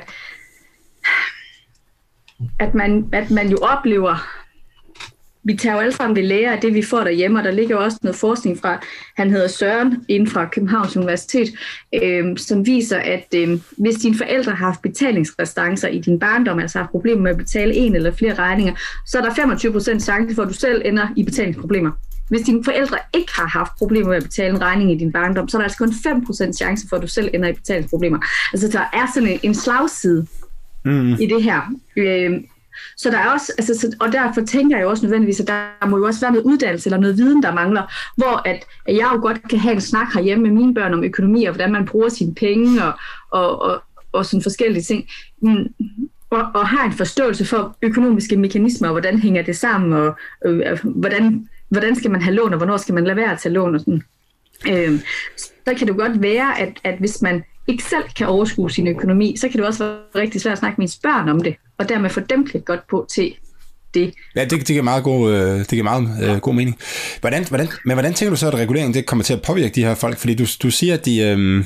At man, at man jo oplever, vi tager jo alle sammen ved lære af det, vi får derhjemme, og der ligger jo også noget forskning fra, han hedder Søren, inden fra Københavns Universitet, øh, som viser, at øh, hvis dine forældre har haft betalingsrestancer i din barndom, altså har problemer med at betale en eller flere regninger, så er der femogtyve procent chance for, at du selv ender i betalingsproblemer. Hvis dine forældre ikke har haft problemer med at betale en regning i din barndom, så er der altså kun fem procent chance for, at du selv ender i betalingsproblemer. Altså der er sådan en, en slagside mm. i det her. Øh, så der er også, altså, så, og derfor tænker jeg jo også nødvendigvis, at der må jo også være noget uddannelse eller noget viden, der mangler, hvor at, at jeg jo godt kan have en snak herhjemme med mine børn om økonomi, og hvordan man bruger sine penge, og, og, og, og sådan forskellige ting, mm, og, og har en forståelse for økonomiske mekanismer, og hvordan hænger det sammen, og øh, hvordan, hvordan skal man have lån, og hvornår skal man lade være at tage lån, og sådan. Øh, så kan det godt være, at, at hvis man ikke selv kan overskue sin økonomi, så kan det også være rigtig svært at snakke med ens børn om det, og dermed få dem klædt godt på til det. Ja, det, det giver meget god, det giver meget øh, god mening. Hvordan, hvordan, men hvordan tænker du så, at reguleringen det kommer til at påvirke de her folk? Fordi du, du siger, at de... Øh,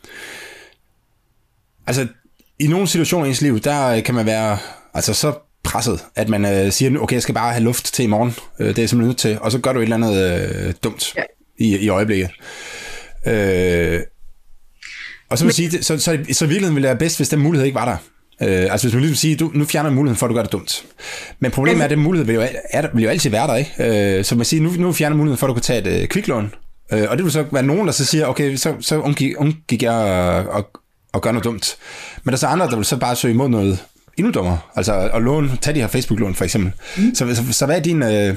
altså, i nogle situationer i ens liv, der kan man være altså, så presset, at man øh, siger, okay, jeg skal bare have luft til i morgen. Øh, det er jeg simpelthen nødt til. Og så gør du et eller andet øh, dumt ja. i, i øjeblikket. Øh, Og så vil sige, så, så, så i virkeligheden ville det være bedst, hvis den mulighed ikke var der. Øh, altså hvis man ligesom siger, du, nu fjerner muligheden for, at du gør det dumt. Men problemet er, at den mulighed vil jo, er, vil jo altid være der, ikke? Øh, så man siger, nu, nu fjerner muligheden for, at du kan tage et øh, kviklån. Øh, og det vil så være nogen, der så siger, okay, så, så undgik, undgik jeg at, at, at gøre noget dumt. Men der er så andre, der vil så bare søge imod noget endnu dummere. Altså at låne, tage de her Facebook-lån for eksempel. Mm. Så, så, så hvad er din... Øh,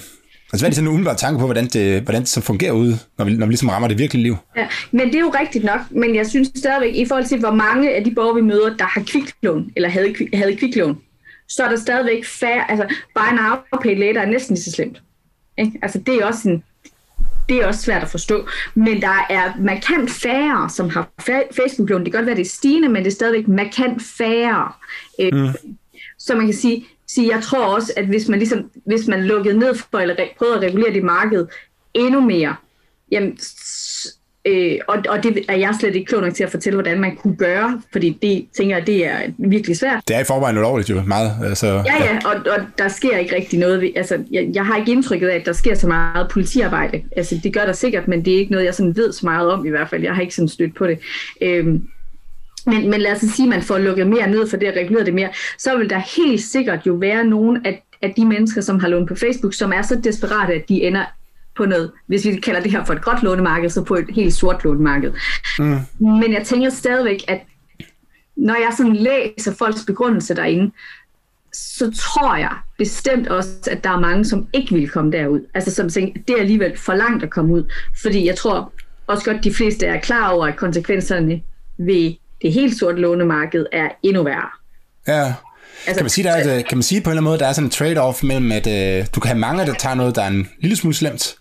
Altså hvad er det sådan en umiddelbart tanke på, hvordan det, hvordan det så fungerer ude, når vi, når vi ligesom rammer det virkelige liv? Ja, men det er jo rigtigt nok, men jeg synes stadigvæk, i forhold til hvor mange af de borgere, vi møder, der har kviklån, eller havde, havde kviklån, så er der stadigvæk færre, altså buy now, pay later er næsten lige så slemt. Ikke? Altså det er også en, det er også svært at forstå, men der er markant færre, som har Facebook-lån. Det kan godt være, det er stigende, men det er stadigvæk markant færre. Mm. Så man kan sige, sige, jeg tror også, at hvis man, ligesom, hvis man lukkede ned for, eller prøvede at regulere det marked endnu mere, jamen, øh, og, og det er jeg slet ikke klog nok til at fortælle, hvordan man kunne gøre, fordi det tænker jeg, det er virkelig svært. Det er i forvejen ulovligt jo meget. Altså, ja, ja, og, og der sker ikke rigtig noget. Ved, altså, jeg, jeg har ikke indtrykket af, at der sker så meget politiarbejde. Altså, det gør der sikkert, men det er ikke noget, jeg sådan ved så meget om i hvert fald. Jeg har ikke sådan stødt på det. Øhm, Men, men lad os sige, at man får lukket mere ned for det og reguleret det mere, så vil der helt sikkert jo være nogle af, af de mennesker, som har lånt på Facebook, som er så desperate, at de ender på noget, hvis vi kalder det her for et gråt lånemarked, så på et helt sort lånemarked. Mm. Men jeg tænker stadigvæk, at når jeg sådan læser folks begrundelse derinde, så tror jeg bestemt også, at der er mange, som ikke vil komme derud. Altså som tænker, det er alligevel for langt at komme ud. Fordi jeg tror også godt, de fleste er klar over, at konsekvenserne ved det helt sorte lånemarked er endnu værre. Ja. Altså, kan man sige, der er et, kan man sige på en eller anden måde, der er sådan en trade-off mellem, at øh, du kan have mange, der tager noget, der er en lille smule slemt,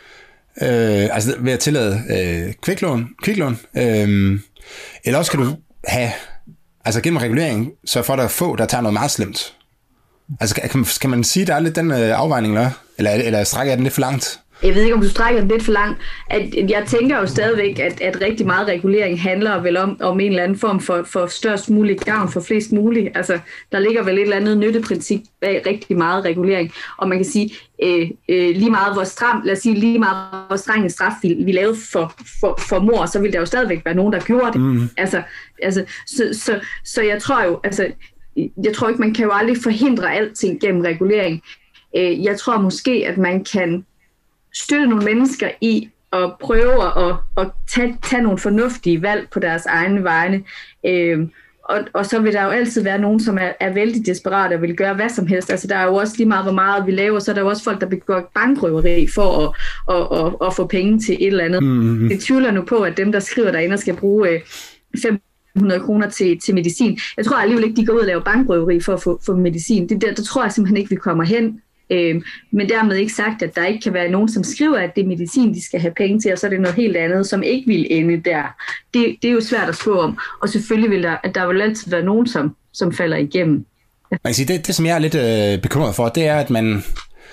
øh, altså ved at tillade øh, kviklån, kviklån øh, eller også kan du have, altså gennem regulering, så for der er få, der tager noget meget slemt. Altså kan, kan man sige, der er lidt den øh, afvejning, eller, eller, eller strækker jeg den lidt for langt? Jeg ved ikke, om du strækker den lidt for langt. At, jeg tænker jo stadigvæk, at, at rigtig meget regulering handler vel om, om en eller anden form for, for størst mulig gavn for flest muligt. Altså, der ligger vel et eller andet nytteprincip bag rigtig meget regulering. Og man kan sige, øh, øh, lige meget hvor stram, lad os sige, lige meget hvor streng en straf vi, vi lavede for, for, for mord, så vil der jo stadigvæk være nogen, der gjorde det. Mm. Altså, altså, så, så, så jeg tror jo, altså, jeg tror ikke, man kan jo aldrig forhindre alting gennem regulering. Øh, jeg tror måske, at man kan støtte nogle mennesker i at prøve at, at tage, tage nogle fornuftige valg på deres egne vegne. Øhm, og, og så vil der jo altid være nogen, som er, er vældig desperate og vil gøre hvad som helst. Altså der er jo også lige meget, hvor meget vi laver, så er der jo også folk, der begår bankrøveri for at, at, at, at få penge til et eller andet. Mm-hmm. Jeg tvivler nu på, at dem, der skriver derinde, skal bruge øh, fem hundrede kroner til, til medicin. Jeg tror alligevel ikke, de går ud og laver bankrøveri for at få, få medicin. Det der, der tror jeg simpelthen ikke, vi kommer hen. Øhm, men dermed ikke sagt, at der ikke kan være nogen, som skriver, at det er medicin, de skal have penge til, og så er det noget helt andet, som ikke vil ende der. Det, det er jo svært at spå om, og selvfølgelig vil der, at der vil altid være nogen, som, som falder igennem. Ja. Man kan sige, det, det, som jeg er lidt øh, bekymret for, det er, at man,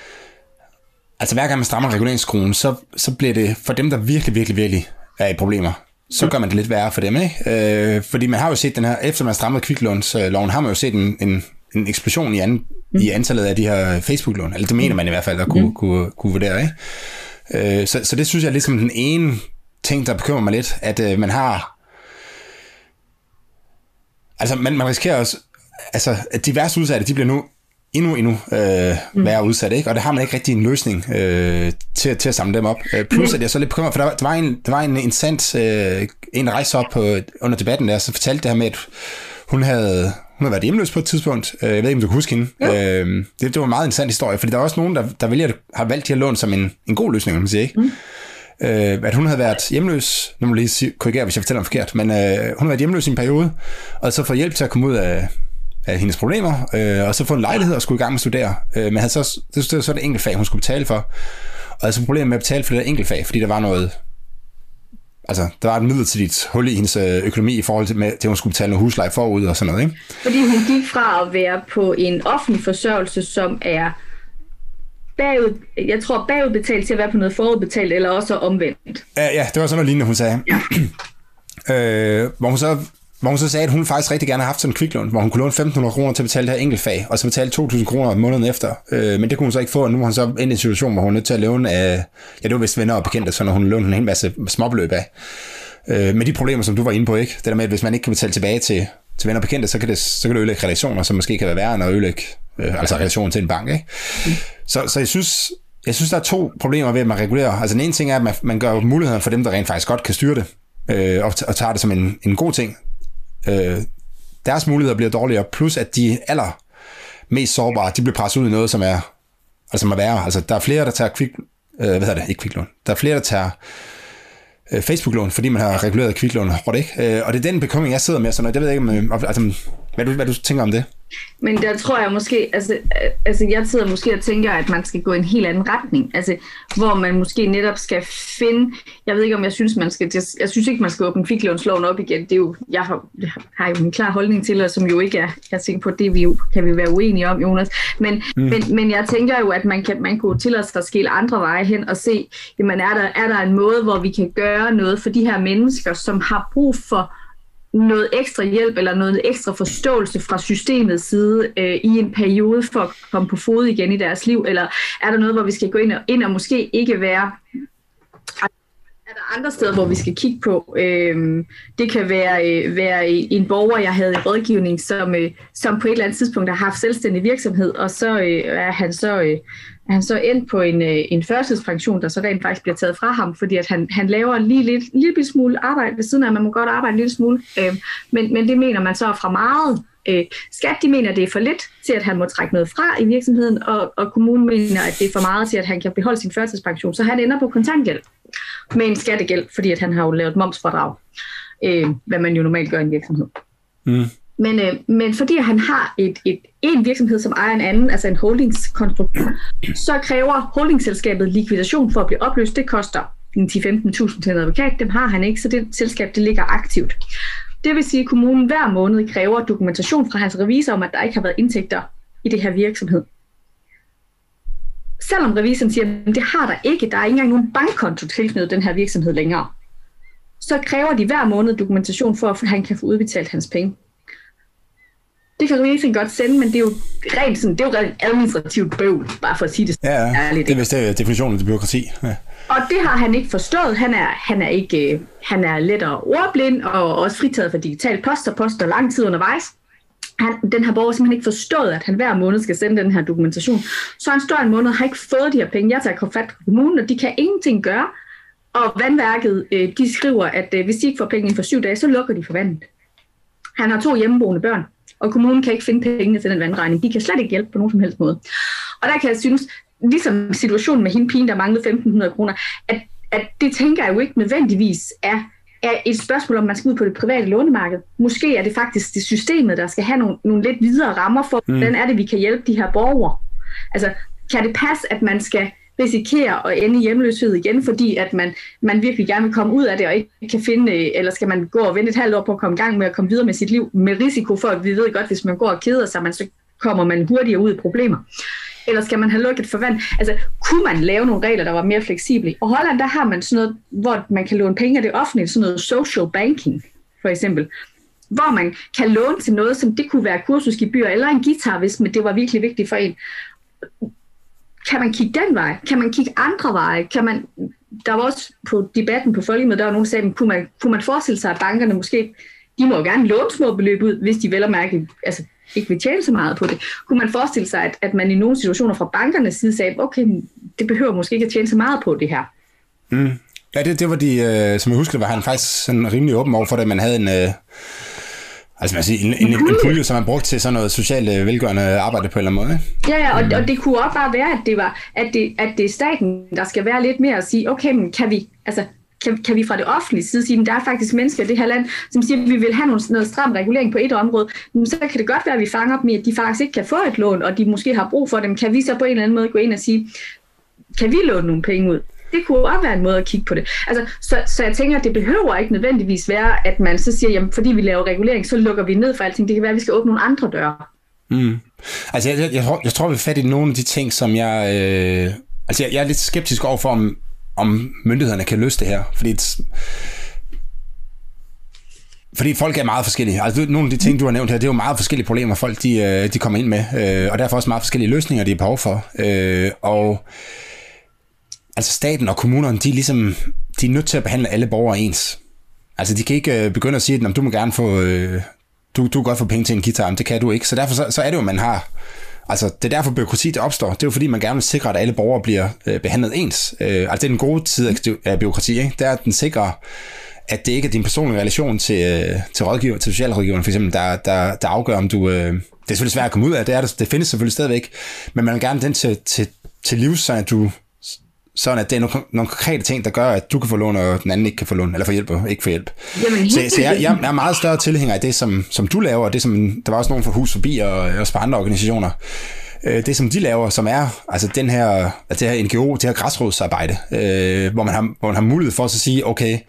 altså hver gang man strammer reguleringsskruen, så, så bliver det for dem, der virkelig, virkelig, virkelig er i problemer, så gør man det lidt værre for dem, ikke? Øh, fordi man har jo set den her, efter man strammede kviklånsloven, har man jo set en, en en eksplosion i, an, mm. i antallet af de her Facebook-lån. Eller det mener man i hvert fald, der kunne, mm. kunne, kunne vurdere. Ikke? Øh, så, så det synes jeg er ligesom den ene ting, der bekymrer mig lidt, at øh, man har... Altså, man, man risikerer også... Altså, at de værste udsatte, de bliver nu endnu, endnu øh, mm. værre udsatte, ikke? Og der har man ikke rigtig en løsning øh, til, til at samle dem op. Øh, plus, at jeg så lidt bekymret, for der, der var en, der var en interessant... Øh, en, der rejste op på, under debatten der, så fortalte det her med, at hun havde... Hun har været hjemløs på et tidspunkt. Jeg ved ikke, om du kan huske hende. Ja. Det, det var en meget interessant historie, fordi der er også nogen, der, der vælger, har valgt de her lån som en, en god løsning, kan man sige. Ikke? Mm. At hun havde været hjemløs, nu må jeg lige korrigere, hvis jeg fortæller om forkert, men øh, hun har været hjemløs i en periode, og så få hjælp til at komme ud af, af hendes problemer, øh, og så få en lejlighed og skulle i gang med at studere. Øh, men havde så, det var så det enkeltfag, hun skulle betale for. Og altså problemet med at betale for det enkeltfag, fordi der var noget... Altså, der var et midlertidigt hul i hendes økonomi i forhold til, med, til at hun skulle betale noget husleje forud og sådan noget, ikke? Fordi hun gik fra at være på en offentlig forsørgelse, som er bagud, jeg tror bagudbetalt til at være på noget forudbetalt, eller også omvendt. Ja, ja, det var sådan noget lignende, hun sagde. Ja. øh, hvor hun så hvor hun så sagde, at hun faktisk rigtig gerne har haft sådan en kviklån, hvor hun kunne låne femten hundrede kroner til at betale det her enkeltfag, og så betale to tusind kroner måneden efter. Øh, men det kunne hun så ikke få, og nu er hun så inde i en situation, hvor hun er nødt til at låne af, ja, det var vist venner og bekendte, så når hun lånte en hel masse småbeløb af. Øh, med de problemer, som du var inde på, ikke? Det der med, at hvis man ikke kan betale tilbage til, til venner og bekendte, så kan det, så kan det ødelægge relationer, som måske kan være værre end at ødelægge, øh, altså relationen til en bank, ikke? Mm. Så, så jeg synes, jeg synes, der er to problemer ved, at man regulerer. Altså den ene ting er, at man, man gør muligheden for dem, der rent faktisk godt kan styre det, øh, og, og tager det som en, en god ting. Øh, deres muligheder bliver dårligere, plus at de aller mest sårbare, de bliver presset ud i noget, som er altså må være. Altså, der er flere, der tager kvik, øh, hvad hedder det, ikke kviklån. Der er flere, der tager øh, Facebook-lån, fordi man har reguleret kviklån, ikke? Øh, og det er den bekymring, jeg sidder med, så jeg ved ikke, om, altså, hvad, du, hvad du tænker om det? Men der tror jeg måske, altså, altså jeg sidder måske og tænker, at man skal gå i en helt anden retning, altså hvor man måske netop skal finde, jeg ved ikke om jeg synes, man skal, jeg synes ikke, man skal åbne kviklånsloven op igen, det er jo, jeg har, jeg har jo en klar holdning til, og som jo ikke er, jeg tænker på, det vi jo, kan vi være uenige om, Jonas, men, mm. men, men jeg tænker jo, at man kan, man kunne tillade sig at skille andre veje hen og se, jamen er der, er der en måde, hvor vi kan gøre noget for de her mennesker, som har brug for noget ekstra hjælp eller noget ekstra forståelse fra systemets side øh, i en periode for at komme på fod igen i deres liv, eller er der noget, hvor vi skal gå ind og, ind og måske ikke være... Er der andre steder, hvor vi skal kigge på? Øh, det kan være, øh, være en borger, jeg havde i rådgivning, som, øh, som på et eller andet tidspunkt har haft selvstændig virksomhed, og så øh, er han så... Øh, han så endt på en, en førtidspension, der så rent faktisk bliver taget fra ham, fordi at han, han laver lige lidt, lille smule arbejde ved siden af, man må godt arbejde en lille smule, øh, men, men det mener man så er fra meget. Øh, Skat, de mener, at det er for lidt til, at han må trække noget fra i virksomheden, og, og kommunen mener, at det er for meget til, at han kan beholde sin førtidspension, så han ender på kontanthjælp med en skattegæld, fordi at han har jo lavet momsfradrag, øh, hvad man jo normalt gør i en virksomhed. Mm. Men, øh, men fordi han har et, et, en virksomhed, som ejer en anden, altså en holdingskonstruktion, så kræver holdingsselskabet likvidation for at blive opløst. Det koster ti til femten tusind til en advokat. Dem har han ikke, så det selskab det ligger aktivt. Det vil sige, at kommunen hver måned kræver dokumentation fra hans revisor om, at der ikke har været indtægter i det her virksomhed. Selvom revisoren siger, at det har der ikke, der er ikke engang nogen bankkonto tilknyttet den her virksomhed længere, så kræver de hver måned dokumentation for, at han kan få udbetalt hans penge. Det kan revisoren godt sende, men det er jo rent sådan, det er jo rent administrativt bøvl, bare for at sige det. Ja, ja. Det er vist definitionen af bureaukrati. Ja. Og det har han ikke forstået. Han er, han er ikke, han er lettere ordblind og også fritaget for digital post og poster lang tid undervejs. Han, den her borger simpelthen ikke forstået, at han hver måned skal sende den her dokumentation. Så han står en måned og har ikke fået de her penge. Jeg tager fat på kommunen, og de kan ingenting gøre. Og vandværket, de skriver, at hvis de ikke får penge inden for syv dage, så lukker de for vandet. Han har to hjemmeboende børn, og kommunen kan ikke finde pengene til den vandregning. De kan slet ikke hjælpe på nogen som helst måde. Og der kan jeg synes, ligesom situationen med hende pigen, der manglede femten hundrede kroner, at, at det tænker jeg jo ikke nødvendigvis er, er et spørgsmål, om man skal ud på det private lånemarked. Måske er det faktisk det systemet, der skal have nogle, nogle lidt videre rammer for, mm. hvordan er det, vi kan hjælpe de her borgere. Altså, kan det passe, at man skal risikere at ende i hjemløshed igen, fordi at man, man virkelig gerne vil komme ud af det, og ikke kan finde, eller skal man gå og vente et halvt år på at komme i gang med at komme videre med sit liv, med risiko for, at vi ved godt, hvis man går og keder sig, man, så kommer man hurtigere ud i problemer. Eller skal man have lukket for vand? Altså, kunne man lave nogle regler, der var mere fleksible? Og Holland, der har man sådan noget, hvor man kan låne penge af det offentlige, sådan noget social banking, for eksempel, hvor man kan låne til noget, som det kunne være kursusgebyr, eller en guitar, hvis det var virkelig vigtigt for en. Kan man kigge den vej? Kan man kigge andre veje? Kan man, der var også på debatten på Folkemødet, der var nogen, der sagde, kunne man, kunne man forestille sig, at bankerne måske, de må jo gerne låne små beløb ud, hvis de vel og mærke, altså ikke vil tjene så meget på det. Kunne man forestille sig, at, at man i nogle situationer fra bankernes side sagde, okay, det behøver måske ikke at tjene så meget på det her. Mm. Ja, det, det var de, øh, som jeg husker, var han faktisk sådan rimelig åben over for det, man havde en... Øh Altså man siger, en, en, en pulje, som man brugte til sådan noget socialt velgørende arbejde på en eller anden måde. Ikke? Ja, ja, og, og det kunne også bare være, at det var, at det, at det er staten, der skal være lidt mere at sige, okay, men kan vi, altså, kan, kan vi fra det offentlige side sige, at der er faktisk mennesker i det her land, som siger, at vi vil have noget, noget stram regulering på et område, men så kan det godt være, at vi fanger dem i, at de faktisk ikke kan få et lån, og de måske har brug for dem. Kan vi så på en eller anden måde gå ind og sige, kan vi låne nogle penge ud? Det kunne også være en måde at kigge på det. Altså, så, så jeg tænker, at det behøver ikke nødvendigvis være, at man så siger, jamen fordi vi laver regulering, så lukker vi ned for alting. Det kan være, at vi skal åbne nogle andre døre. Mm. Altså, jeg, jeg, jeg, tror, jeg tror, vi er fat i nogle af de ting, som jeg... Øh, altså, jeg, jeg er lidt skeptisk overfor, om, om myndighederne kan løse det her. Fordi, fordi folk er meget forskellige. Altså, nogle af de ting, du har nævnt her, det er jo meget forskellige problemer, folk de, de kommer ind med. Øh, og derfor også meget forskellige løsninger, de er behov for. Øh, og... Altså staten og kommunerne, de er ligesom, de er nødt til at behandle alle borgere ens. Altså de kan ikke øh, begynde at sige, at du må gerne få, øh, du, du kan godt få penge til en guitar, men det kan du ikke. Så derfor så, så er det jo, man har, altså det er derfor bureaukrati, der opstår. Det er jo fordi, man gerne vil sikre, at alle borgere bliver øh, behandlet ens. Øh, altså det er den gode side af bureaukrati, ikke? Det er, at den sikrer, at det ikke er din personlige relation til, øh, til rådgiver, til socialrådgiveren for eksempel, der, der, der afgør, om du... Øh, det er selvfølgelig svært at komme ud af, det er det, det findes selvfølgelig stadigvæk, men man vil gerne den til, til til livs, så at du sådan at det er nogle, nogle konkrete ting, der gør, at du kan få lån, og den anden ikke kan få lån, eller få hjælp, og ikke få hjælp. Jamen, så så jeg, jeg er meget større tilhænger af det, som, som du laver, og det som, der var også nogen fra Hus Forbi, og også fra andre organisationer, det som de laver, som er altså den her, altså det her N G O, det her græsrodsarbejde, øh, hvor, man har, hvor man har mulighed for at sige, okay,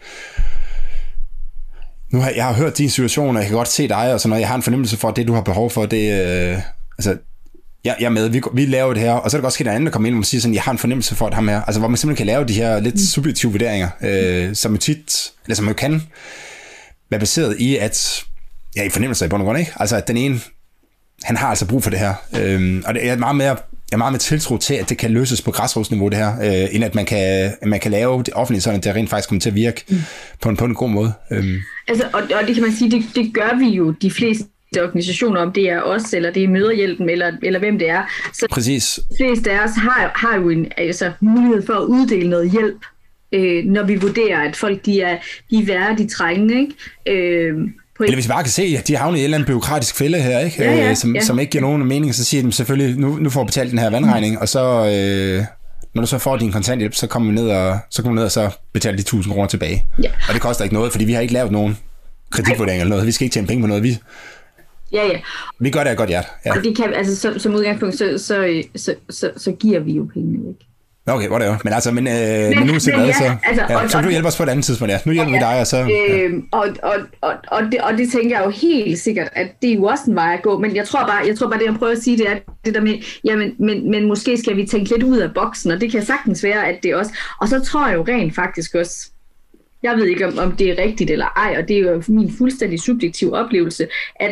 nu har jeg har hørt din situation, og jeg kan godt se dig, og sådan noget, jeg har en fornemmelse for, at det, du har behov for, det øh, altså, jeg, jeg er med, vi, vi laver det her, og så er der også sket en anden, der kommer ind og siger sådan, jeg har en fornemmelse for, at ham her, altså hvor man simpelthen kan lave de her lidt subjektive vurderinger, øh, som jo tit, eller som jo kan være baseret i, at, ja, i fornemmelser i bund og grund, ikke? Altså, at den ene, han har altså brug for det her, øh, og det er meget mere, jeg er meget med tiltro til, at det kan løses på græsrodsniveau, det her, øh, end at man kan, man kan lave det offentligt, sådan at det rent faktisk kommer til at virke mm. på, en, på en god måde. Øh. Altså, og, og det kan man sige, det, det gør vi jo de fleste organisationer, om det er os, eller det er Mødrehjælpen, eller, eller hvem det er. Så præcis. De fleste af os har, har jo en altså, mulighed for at uddele noget hjælp, øh, når vi vurderer, at folk de er, de er værre, de trængende, ikke? Øh, Eller hvis vi bare kan se, at de har havnet i en eller anden byråkratisk fælde her, ikke? Ja, ja, som, ja. som ikke giver nogen mening, så siger de selvfølgelig, nu, nu får du betalt den her vandregning, mm. og så, øh, når du så får din kontanthjælp, så kommer vi ned og så kommer vi ned og så betaler de tusind kroner tilbage. Ja. Og det koster ikke noget, fordi vi har ikke lavet nogen kreditvurdering eller noget. Vi skal ikke tjene penge på noget. Vi, ja, ja. vi gør det af godt hjerte. Ja. Og det kan, altså, som, som udgangspunkt, så, så, så, så, så giver vi jo pengene væk. Okay, hvor det jo. Men altså, men, øh, men, men nu siger ja, så, altså, ja, og, så du hjælper os på et andet tidspunkt, ja. Nu hjælper ja, vi dig, og så... Ja. Øh, og, og, og, og, det, og det tænker jeg jo helt sikkert, at det er jo også en vej at gå, men jeg tror bare, jeg tror bare det, jeg prøver at sige, det er det der med, jamen, men, men måske skal vi tænke lidt ud af boksen, og det kan sagtens være, at det også... Og så tror jeg jo rent faktisk også, jeg ved ikke, om, om det er rigtigt eller ej, og det er jo min fuldstændig subjektive oplevelse, at,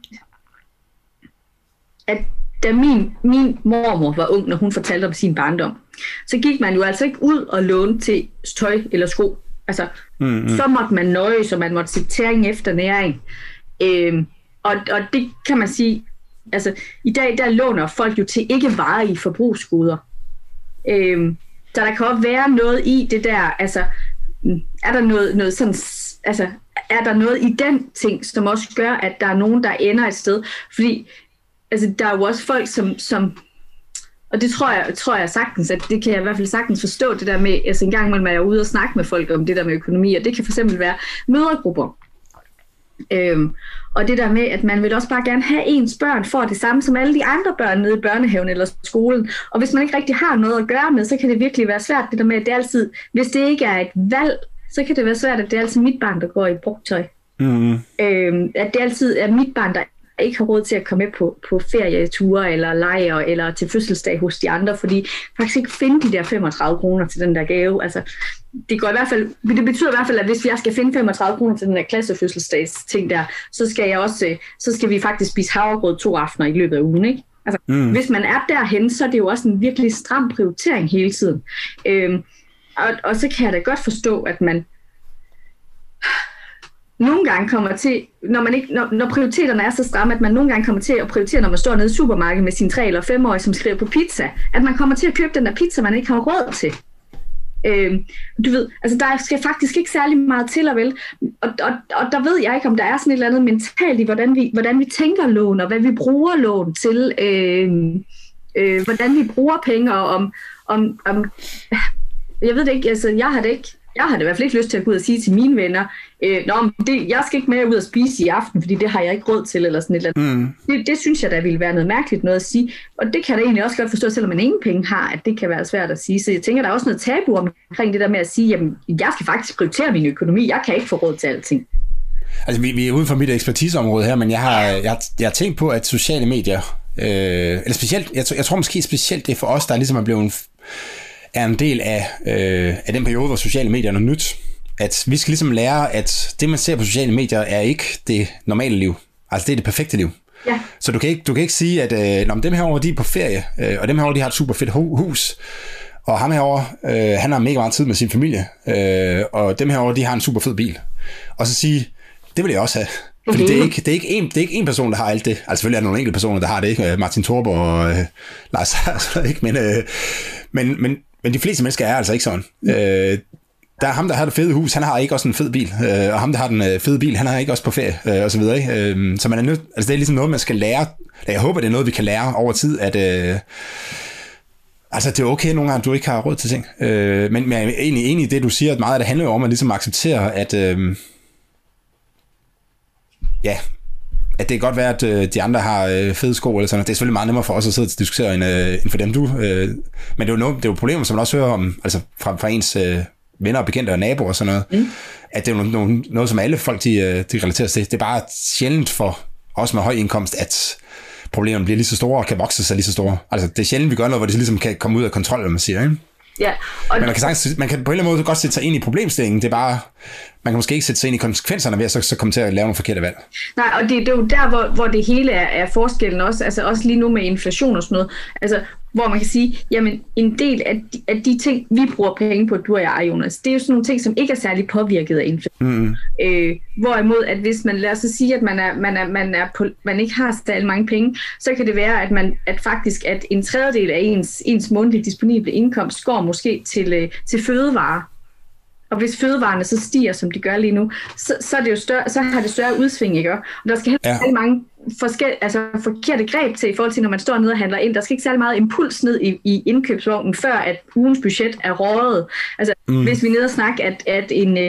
at da min, min mormor var ung, når hun fortalte om sin barndom, så gik man jo altså ikke ud og låne til tøj eller sko. Altså, mm-hmm. så måtte man nøje, så man måtte sætte tæring efter næring. Øhm, og, og det kan man sige, altså, i dag der låner folk jo til ikke varige forbrugsgoder. Øhm, så der kan også være noget i det der, altså, er der noget, noget sådan, altså, er der noget i den ting, som også gør, at der er nogen, der ender et sted, fordi altså, der er jo også folk, som, som og det tror jeg, tror jeg sagtens, at det kan jeg i hvert fald sagtens forstå, det der med, altså en gang imellem er jeg ude og snakke med folk om det der med økonomi, og det kan for eksempel være mødregrupper. Øhm, og det der med, at man vil også bare gerne have ens børn for det samme som alle de andre børn nede i børnehaven eller skolen. Og hvis man ikke rigtig har noget at gøre med, så kan det virkelig være svært, det der med, at det altid, hvis det ikke er et valg, så kan det være svært, at det er altid mit barn, der går i brugtøj. Mm-hmm. Øhm, at det altid er mit barn, der ikke har råd til at komme med på, på ferieture eller lejre eller til fødselsdag hos de andre, fordi faktisk ikke finde de der femogtredive kroner til den der gave. Altså, det, går i hvert fald, det betyder i hvert fald, at hvis jeg skal finde femogtredive kroner til den der klassefødselsdags ting der, så skal jeg også, så skal vi faktisk spise havregrød to aftener i løbet af ugen, ikke? Altså, mm. Hvis man er derhen, så er det jo også en virkelig stram prioritering hele tiden. Øhm, og, og så kan jeg da godt forstå, at man nogle gange kommer til, når, man ikke, når, når prioriteterne er så stramme, at man nogle gange kommer til at prioritere, når man står nede i supermarkedet med sin tre- eller femårige, som skriver på pizza, at man kommer til at købe den der pizza, man ikke har råd til. Øhm, du ved, altså der skal faktisk ikke særlig meget til at vel, og, og, og der ved jeg ikke, om der er sådan et eller andet mentalt i, hvordan vi, hvordan vi tænker lån, og hvad vi bruger lån til, øh, øh, hvordan vi bruger penge, og om, om, om, jeg ved det ikke, altså jeg har det ikke, Jeg har det i hvert fald ikke lyst til at gå ud og sige til mine venner, øh, Nå, det, jeg skal ikke med ud og spise i aften, fordi det har jeg ikke råd til, eller sådan et eller andet. Mm. Det, det synes jeg, der ville være noget mærkeligt noget at sige. Og det kan jeg da egentlig også godt forstå, selvom man ingen penge har, at det kan være svært at sige. Så jeg tænker, der er også noget tabu omkring det der med at sige, jamen, jeg skal faktisk prioritere min økonomi, jeg kan ikke få råd til alting. Altså, vi, vi er uden for mit ekspertiseområde her, men jeg har, jeg, jeg har tænkt på, at sociale medier, øh, eller specielt, jeg, jeg tror måske specielt det er for os, der ligesom er blevet en er en del af, øh, af den periode, hvor sociale medier er noget nyt. At vi skal ligesom lære, at det, man ser på sociale medier, er ikke det normale liv. Altså, det er det perfekte liv. Ja. Så du kan ikke, du kan ikke sige, at øh, når dem herovre, de er på ferie, øh, og dem herovre, de har et super fedt hus, og ham herovre, øh, han har mega meget tid med sin familie, øh, og dem herovre, de har en super fed bil. Og så sige, det vil jeg også have. Fordi det er ikke, det er ikke, en, det er ikke en person, der har alt det. Altså selvfølgelig er der nogle enkelte personer, der har det, ikke? Martin Thorborg og øh, Lars Seier, ikke? Men, øh, men, men Men de fleste mennesker er altså ikke sådan. Øh, der er ham, der har det fede hus, han har ikke også en fed bil. Øh, og ham, der har den øh, fede bil, han har ikke også på ferie, øh, og så videre. Ikke? Øh, så man er nødt, altså det er ligesom noget, man skal lære. Jeg håber, det er noget, vi kan lære over tid, at, øh, Altså, det er okay nogle gange, at du ikke har råd til ting. Øh, men, men jeg er egentlig enig i det, du siger, at meget af det handler jo om at ligesom acceptere, at øh, ja, at det kan godt være, at øh, de andre har øh, fede sko eller sådan noget. Det er selvfølgelig meget nemmere for os at sidde og diskutere, end, øh, end for dem du. Øh, men det er jo, noget, det er jo problemer, som man også hører om, altså fra, fra ens øh, venner og bekendte og naboer og sådan noget, mm. at det er jo noget, noget, som alle folk, de, de relaterer til. Det er bare sjældent for os med høj indkomst, at problemerne bliver lige så store og kan vokse sig lige så store. Altså, det er sjældent, vi gør noget, hvor det ligesom kan komme ud af kontrol, hvad man siger, ikke? Ja. Og men man kan, sagtens, man kan på en eller anden måde godt sætte sig ind i problemstillingen. Det er bare, man kan måske ikke sætte sig ind i konsekvenserne ved at så, så komme til at lave nogle forkerte valg. Nej, og det, det er jo der, hvor, hvor det hele er, er forskellen også. Altså også lige nu med inflation og sådan noget. Altså, hvor man kan sige, jamen en del af de, af de ting, vi bruger penge på, du og jeg, Jonas, det er jo sådan nogle ting, som ikke er særlig påvirket af inflation. Mm. Øh, hvorimod, at hvis man lader sig sige, at man, er, man, er, man, er på, man ikke har særlig mange penge, så kan det være, at, man, at faktisk at en tredjedel af ens, ens månedlige disponible indkomst går måske til, til fødevarer. Og hvis fødevarene så stiger, som de gør lige nu, så, så, er det jo større, så har det større udsving, ikke? Og der skal heller ikke ja. mange forskel, altså forkerte greb til i forhold til, når man står nede og handler ind. Der skal ikke særlig meget impuls ned i, i indkøbsvognen, før at ugens budget er røget. Altså, mm. hvis vi nede og snakker, at, at, en,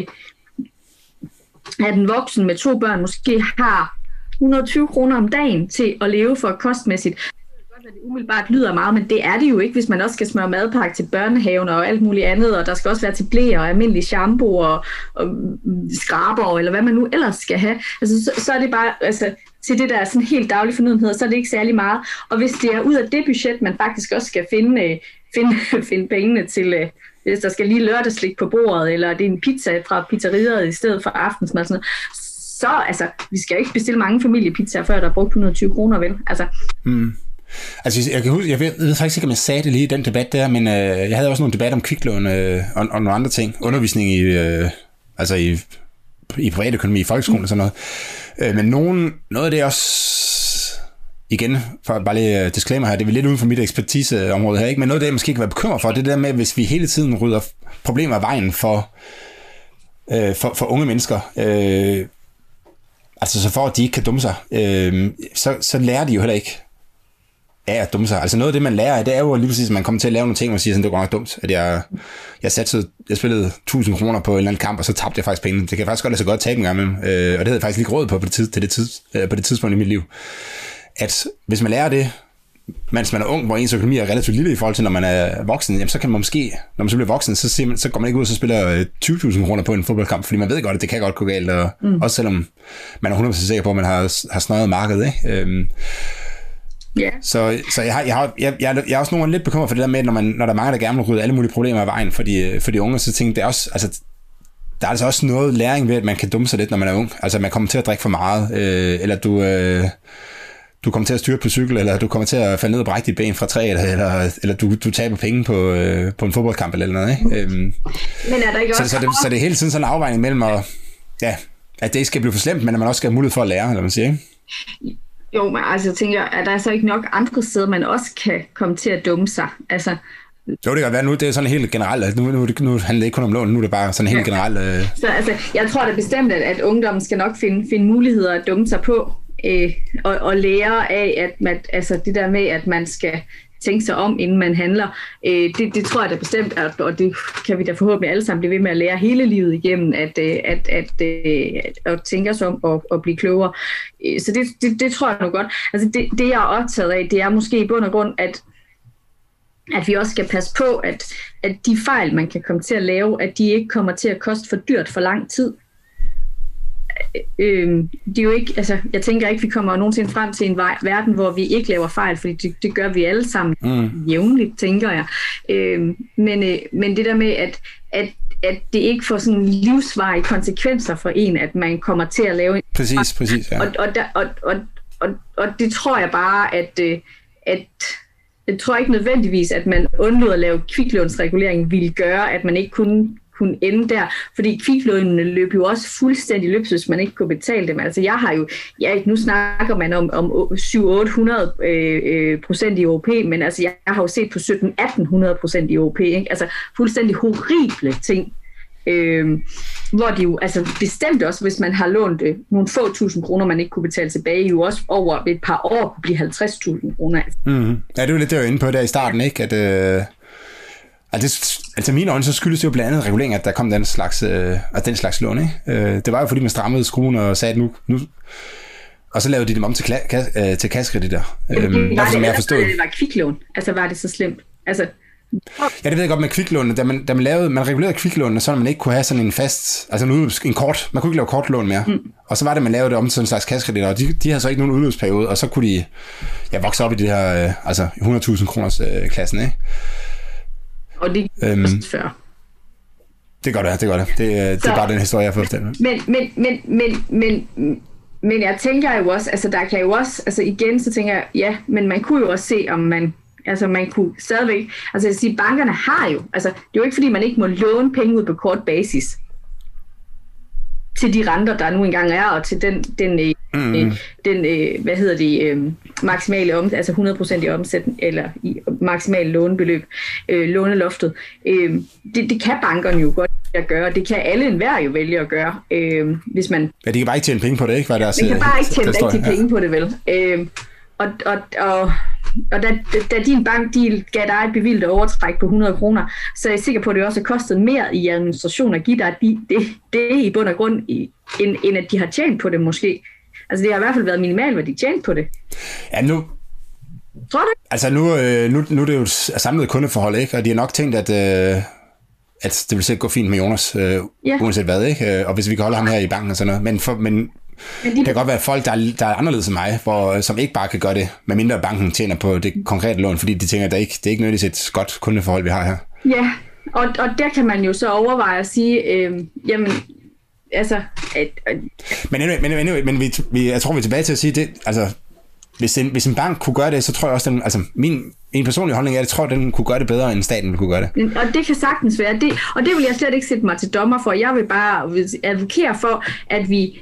at en voksen med to børn måske har et hundrede og tyve kroner om dagen til at leve for kostmæssigt, at det umiddelbart lyder meget, men det er det jo ikke, hvis man også skal smøre madpakke til børnehaven og alt muligt andet, og der skal også være til blæer og almindelig shampoo og, og skraber, eller hvad man nu ellers skal have. Altså, så, så er det bare, altså, til det der sådan helt daglige fornødenheder, så er det ikke særlig meget. Og hvis det er ud af det budget, man faktisk også skal finde, finde, finde pengene til, hvis der skal lige lørdagslik på bordet, eller det er en pizza fra pizzeriet i stedet for aftensmad, sådan noget, så altså, vi skal ikke bestille mange familiepizzaer, før der er brugt et hundrede og tyve kroner, vel? Altså, mm. Altså, jeg kan huske, jeg ved, jeg ved faktisk ikke, om jeg sagde det lige i den debat der, men øh, jeg havde også nogle debat om kviklån øh, og, og nogle andre ting. Undervisning i, øh, altså i, i privatøkonomi, i folkeskolen og sådan noget. Øh, men nogen, noget af det også, igen, for bare lige disclaimer her, det er lidt uden for mit ekspertiseområde her, ikke? Men noget af det, jeg måske kan være bekymret for, det er det der med, hvis vi hele tiden rydder problemer af vejen for, øh, for, for unge mennesker, øh, altså så for at de ikke kan dumme sig, øh, så, så lærer de jo heller ikke af at dumme sig. Altså noget af det, man lærer af, det er jo lige præcis, at man kommer til at lave nogle ting, og man siger sådan, det var godt nok dumt, at jeg, jeg satte, jeg spillede tusind kroner på en eller anden kamp, og så tabte jeg faktisk penge. Det kan jeg faktisk godt lade sig godt tabe en gang imellem, øh, og det havde jeg faktisk lige råd på på det, tid, til det, tids, øh, på det tidspunkt i mit liv. At hvis man lærer det, mens man er ung, hvor ens økonomi er relativt lille i forhold til, når man er voksen, jamen så kan man måske, når man så bliver voksen, så, siger man, så går man ikke ud og så spiller tyve tusind kroner på en fodboldkamp, fordi man ved godt, at det kan godt gå galt, og mm. også selvom man er hundrede procent sikker på, at man har, har snøjet markedet, ikke? Øhm, Yeah. Så, så jeg, har, jeg, har, jeg, jeg, jeg er også nogle gange lidt bekymret for det der med, når, man, når der er mange, der gerne vil rydde alle mulige problemer af vejen for de, for de unge, så tænker jeg, det er også, altså, der er altså også noget læring ved, at man kan dumme sig lidt, når man er ung. Altså, man kommer til at drikke for meget, øh, eller du, øh, du kommer til at styre på cykel, eller du kommer til at falde ned og brække dit ben fra træ, eller, eller, eller du, du taber penge på, øh, på en fodboldkamp eller noget, ikke? Øhm, men er der ikke så, også... så, det, så det er hele tiden sådan en afvejning mellem, at, ja, at det ikke skal blive for slemt, men at man også skal have mulighed for at lære, eller man siger, ikke? Jo, men altså, jeg tænker, at der er så ikke nok andre steder, man også kan komme til at dumme sig. Altså, jo, det kan være nu, det er sådan helt generelt. Nu, nu, nu handler det ikke kun om lån, nu er det bare sådan helt ja. generelt. Øh... Så altså, jeg tror da bestemt, at, at ungdommen skal nok finde, finde muligheder at dumme sig på, øh, og, og lære af, at man, altså, det der med, at man skal tænke sig om, inden man handler, øh, det, det tror jeg da bestemt, at, og det kan vi da forhåbentlig alle sammen blive ved med at lære hele livet igennem, at, at, at, at, at, at tænke os om og, og blive klogere. Så det, det, det tror jeg nu godt. Altså det, det jeg er optaget af, det er måske i bund og grund, at, at vi også skal passe på, at, at de fejl, man kan komme til at lave, at de ikke kommer til at koste for dyrt for lang tid. Øh, det er jo ikke, altså, jeg tænker ikke, vi kommer nogensinde frem til en vej, verden, hvor vi ikke laver fejl, fordi det, det gør vi alle sammen mm. jævnligt, tænker jeg. Øh, men, øh, men det der med, at, at, at det ikke får sådan livsvarige konsekvenser for en, at man kommer til at lave en præcis, præcis, ja. og, og, og, og, og, og det tror jeg bare, at, at jeg tror ikke nødvendigvis, at man undlod at lave kviklånsregulering ville gøre, at man ikke kunne kunne ende der, fordi kviklånene løb jo også fuldstændig løbs, hvis man ikke kunne betale dem. Altså jeg har jo, ja, nu snakker man om, om syv til otte hundrede procent i O P, men altså jeg har jo set på sytten til atten hundrede procent i O P, ikke? Altså fuldstændig horrible ting. Øh, hvor de jo altså bestemt også, hvis man har lånt øh, nogle få tusind kroner, man ikke kunne betale tilbage, jo også over et par år kunne blive halvtreds tusind kroner. Mm-hmm. Ja, det er jo lidt det, jeg var inde på der i starten, ikke? At, øh, at det, altså mine øjne, så skyldes det jo blandt andet regulering, at der kom den slags, øh, at den slags lån, ikke? Øh, det var jo fordi, man strammede skruen og sagde, at nu, nu og så lavede de dem om til, kla- kas- øh, til kassekreditter. Jamen, øhm, var det, det, det, det var kviklån? Altså var det så slemt? Altså ja, det ved jeg godt med kviklånene. Da man, da man, lavede, man regulerede kviklånene, så man ikke kunne have sådan en fast, altså en, udløbs, en kort, man kunne ikke lave kortlån mere. Mm. Og så var det, man lavede det om til sådan en slags kassekreditter, og de, de havde så ikke nogen udløbsperiode, og så kunne de ja, vokse op i det her, øh, altså hundrede tusind kroners øh, klassen, ikke? Og det øhm, også før. Det gør det, det gør det. Det, det er bare den historie, jeg har fået fortalt. Men, men, men, men, men, men jeg tænker jo også, altså der kan jo også, altså igen, så tænker jeg, ja, men man kunne jo også se, om man Altså man kunne stadigvæk, altså jeg siger, bankerne har jo, altså det er jo ikke fordi man ikke må låne penge ud på kort basis til de renter, der nu engang er, og til den, den, mm. øh, den øh, hvad hedder det, øh, maksimale om, altså hundrede procent i omsætning, eller i maksimale lånebeløb, øh, låneloftet. Øh, det, det kan bankerne jo godt at gøre, det kan alle enhver jo vælge at gøre, øh, hvis man... Ja, de kan bare ikke tjene penge på det, ikke? Hvad deres, man kan bare ikke tjene rigtig ja. penge på det, vel? Øh, og, og, og Og da, da din bank de gav dig et bevilget overtræk på hundrede kroner, så er jeg sikker på, at det også har kostet mere i administration at give dig de, det, det i bund og grund, i, end, end at de har tjent på det måske. Altså det har i hvert fald været minimalt, hvad de tjent på det. Ja, nu... Tror du? Altså nu, øh, nu, nu er det jo et samlet kundeforhold, ikke? Og de har nok tænkt, at, øh, at det vil sikkert gå fint med Jonas, øh, ja. uanset hvad, ikke? Og hvis vi kan holde ham her i banken og sådan noget. Men... For, men Men de... Det kan godt være folk, der er, der er anderledes end mig, hvor, som ikke bare kan gøre det, medmindre banken tjener på det konkrete lån, fordi de tænker, at det ikke, det er ikke nødvendigvis et godt kundeforhold, vi har her. Ja, og, og der kan man jo så overveje at sige, øh, jamen, altså... At, at... Men, anyway, men, anyway, men vi, vi, jeg tror, vi er tilbage til at sige det, altså, hvis en, hvis en bank kunne gøre det, så tror jeg også, den, altså, min, min personlige holdning er, at jeg tror, at den kunne gøre det bedre, end staten ville kunne gøre det. Og det kan sagtens være, det, og det vil jeg slet ikke sætte mig til dommer for. Jeg vil bare advokere for, at vi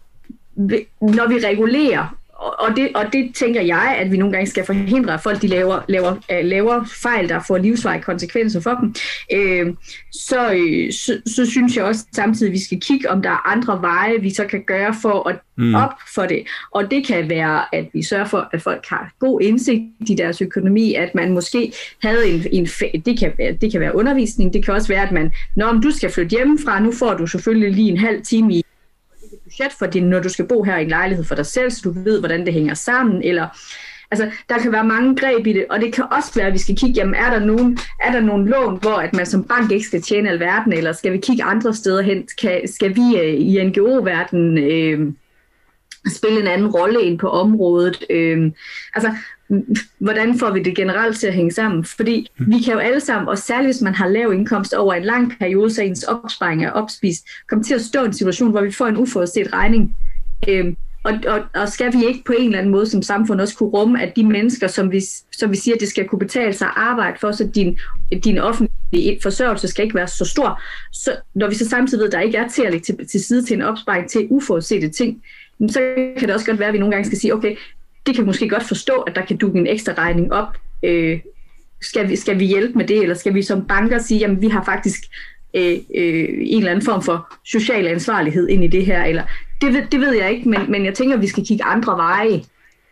når vi regulerer, og det, og det tænker jeg, at vi nogle gange skal forhindre, at folk de laver, laver, laver fejl, der får livsvarige konsekvenser for dem, øh, så, så, så synes jeg også samtidig, at vi skal kigge, om der er andre veje, vi så kan gøre for at mm. op for det. Og det kan være, at vi sørger for, at folk har god indsigt i deres økonomi, at man måske havde en, en det, kan være, det kan være undervisning, det kan også være, at man, når du skal flytte hjemmefra, nu får du selvfølgelig lige en halv time i budget for din, når du skal bo her i en lejlighed for dig selv, så du ved, hvordan det hænger sammen, eller altså, der kan være mange greb i det, og det kan også være, at vi skal kigge, jamen, er der nogen, er der nogen lån, hvor at man som bank ikke skal tjene alverden, eller skal vi kigge andre steder hen, kan, skal vi øh, i N G O-verdenen øh, spille en anden rolle ind på området, øh, altså, hvordan får vi det generelt til at hænge sammen? Fordi vi kan jo alle sammen, og særligt hvis man har lav indkomst over en lang periode, så ens opsparing er opspist, komme til at stå i en situation, hvor vi får en uforudset regning. Øhm, og, og, og skal vi ikke på en eller anden måde som samfund også kunne rumme, at de mennesker, som vi, som vi siger, det skal kunne betale sig at arbejde for, så din, din offentlige forsørgelse skal ikke være så stor, så når vi så samtidig ved, at der ikke er til at lægge til, til side til en opsparing til uforudsete ting, så kan det også godt være, at vi nogle gange skal sige, okay, det kan måske godt forstå, at der kan dukke en ekstra regning op. Øh, skal, vi, skal vi hjælpe med det, eller skal vi som banker sige, jamen vi har faktisk øh, øh, en eller anden form for social ansvarlighed ind i det her, eller det ved, det ved jeg ikke, men, men jeg tænker, at vi skal kigge andre veje.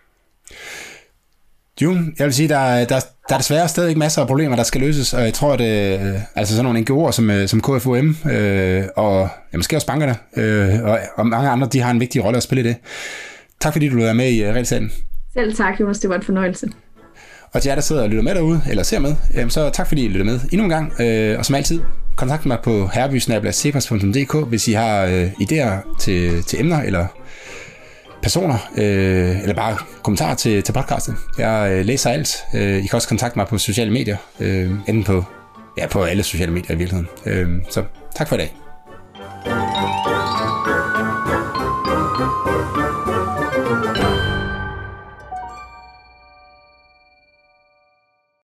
June, jeg vil sige, der, der, der er desværre stadig ikke masser af problemer, der skal løses, og jeg tror, at øh, altså sådan nogle N G O'er som, som K F U M, øh, og ja, måske også bankerne, øh, og, og mange andre, de har en vigtig rolle at spille i det. Tak fordi du lød med i Realstaten. Selv tak, Jonas. Det var en fornøjelse. Og til jer, der sidder og lytter med derude, eller ser med, så tak fordi I lytter med endnu en gang. Og som altid, kontakt mig på herreby bindestreg cepos punktum d k, hvis I har idéer til, til emner, eller personer, eller bare kommentarer til, til podcastet. Jeg læser alt. I kan også kontakte mig på sociale medier, enten på, ja, på alle sociale medier i virkeligheden. Så tak for i dag.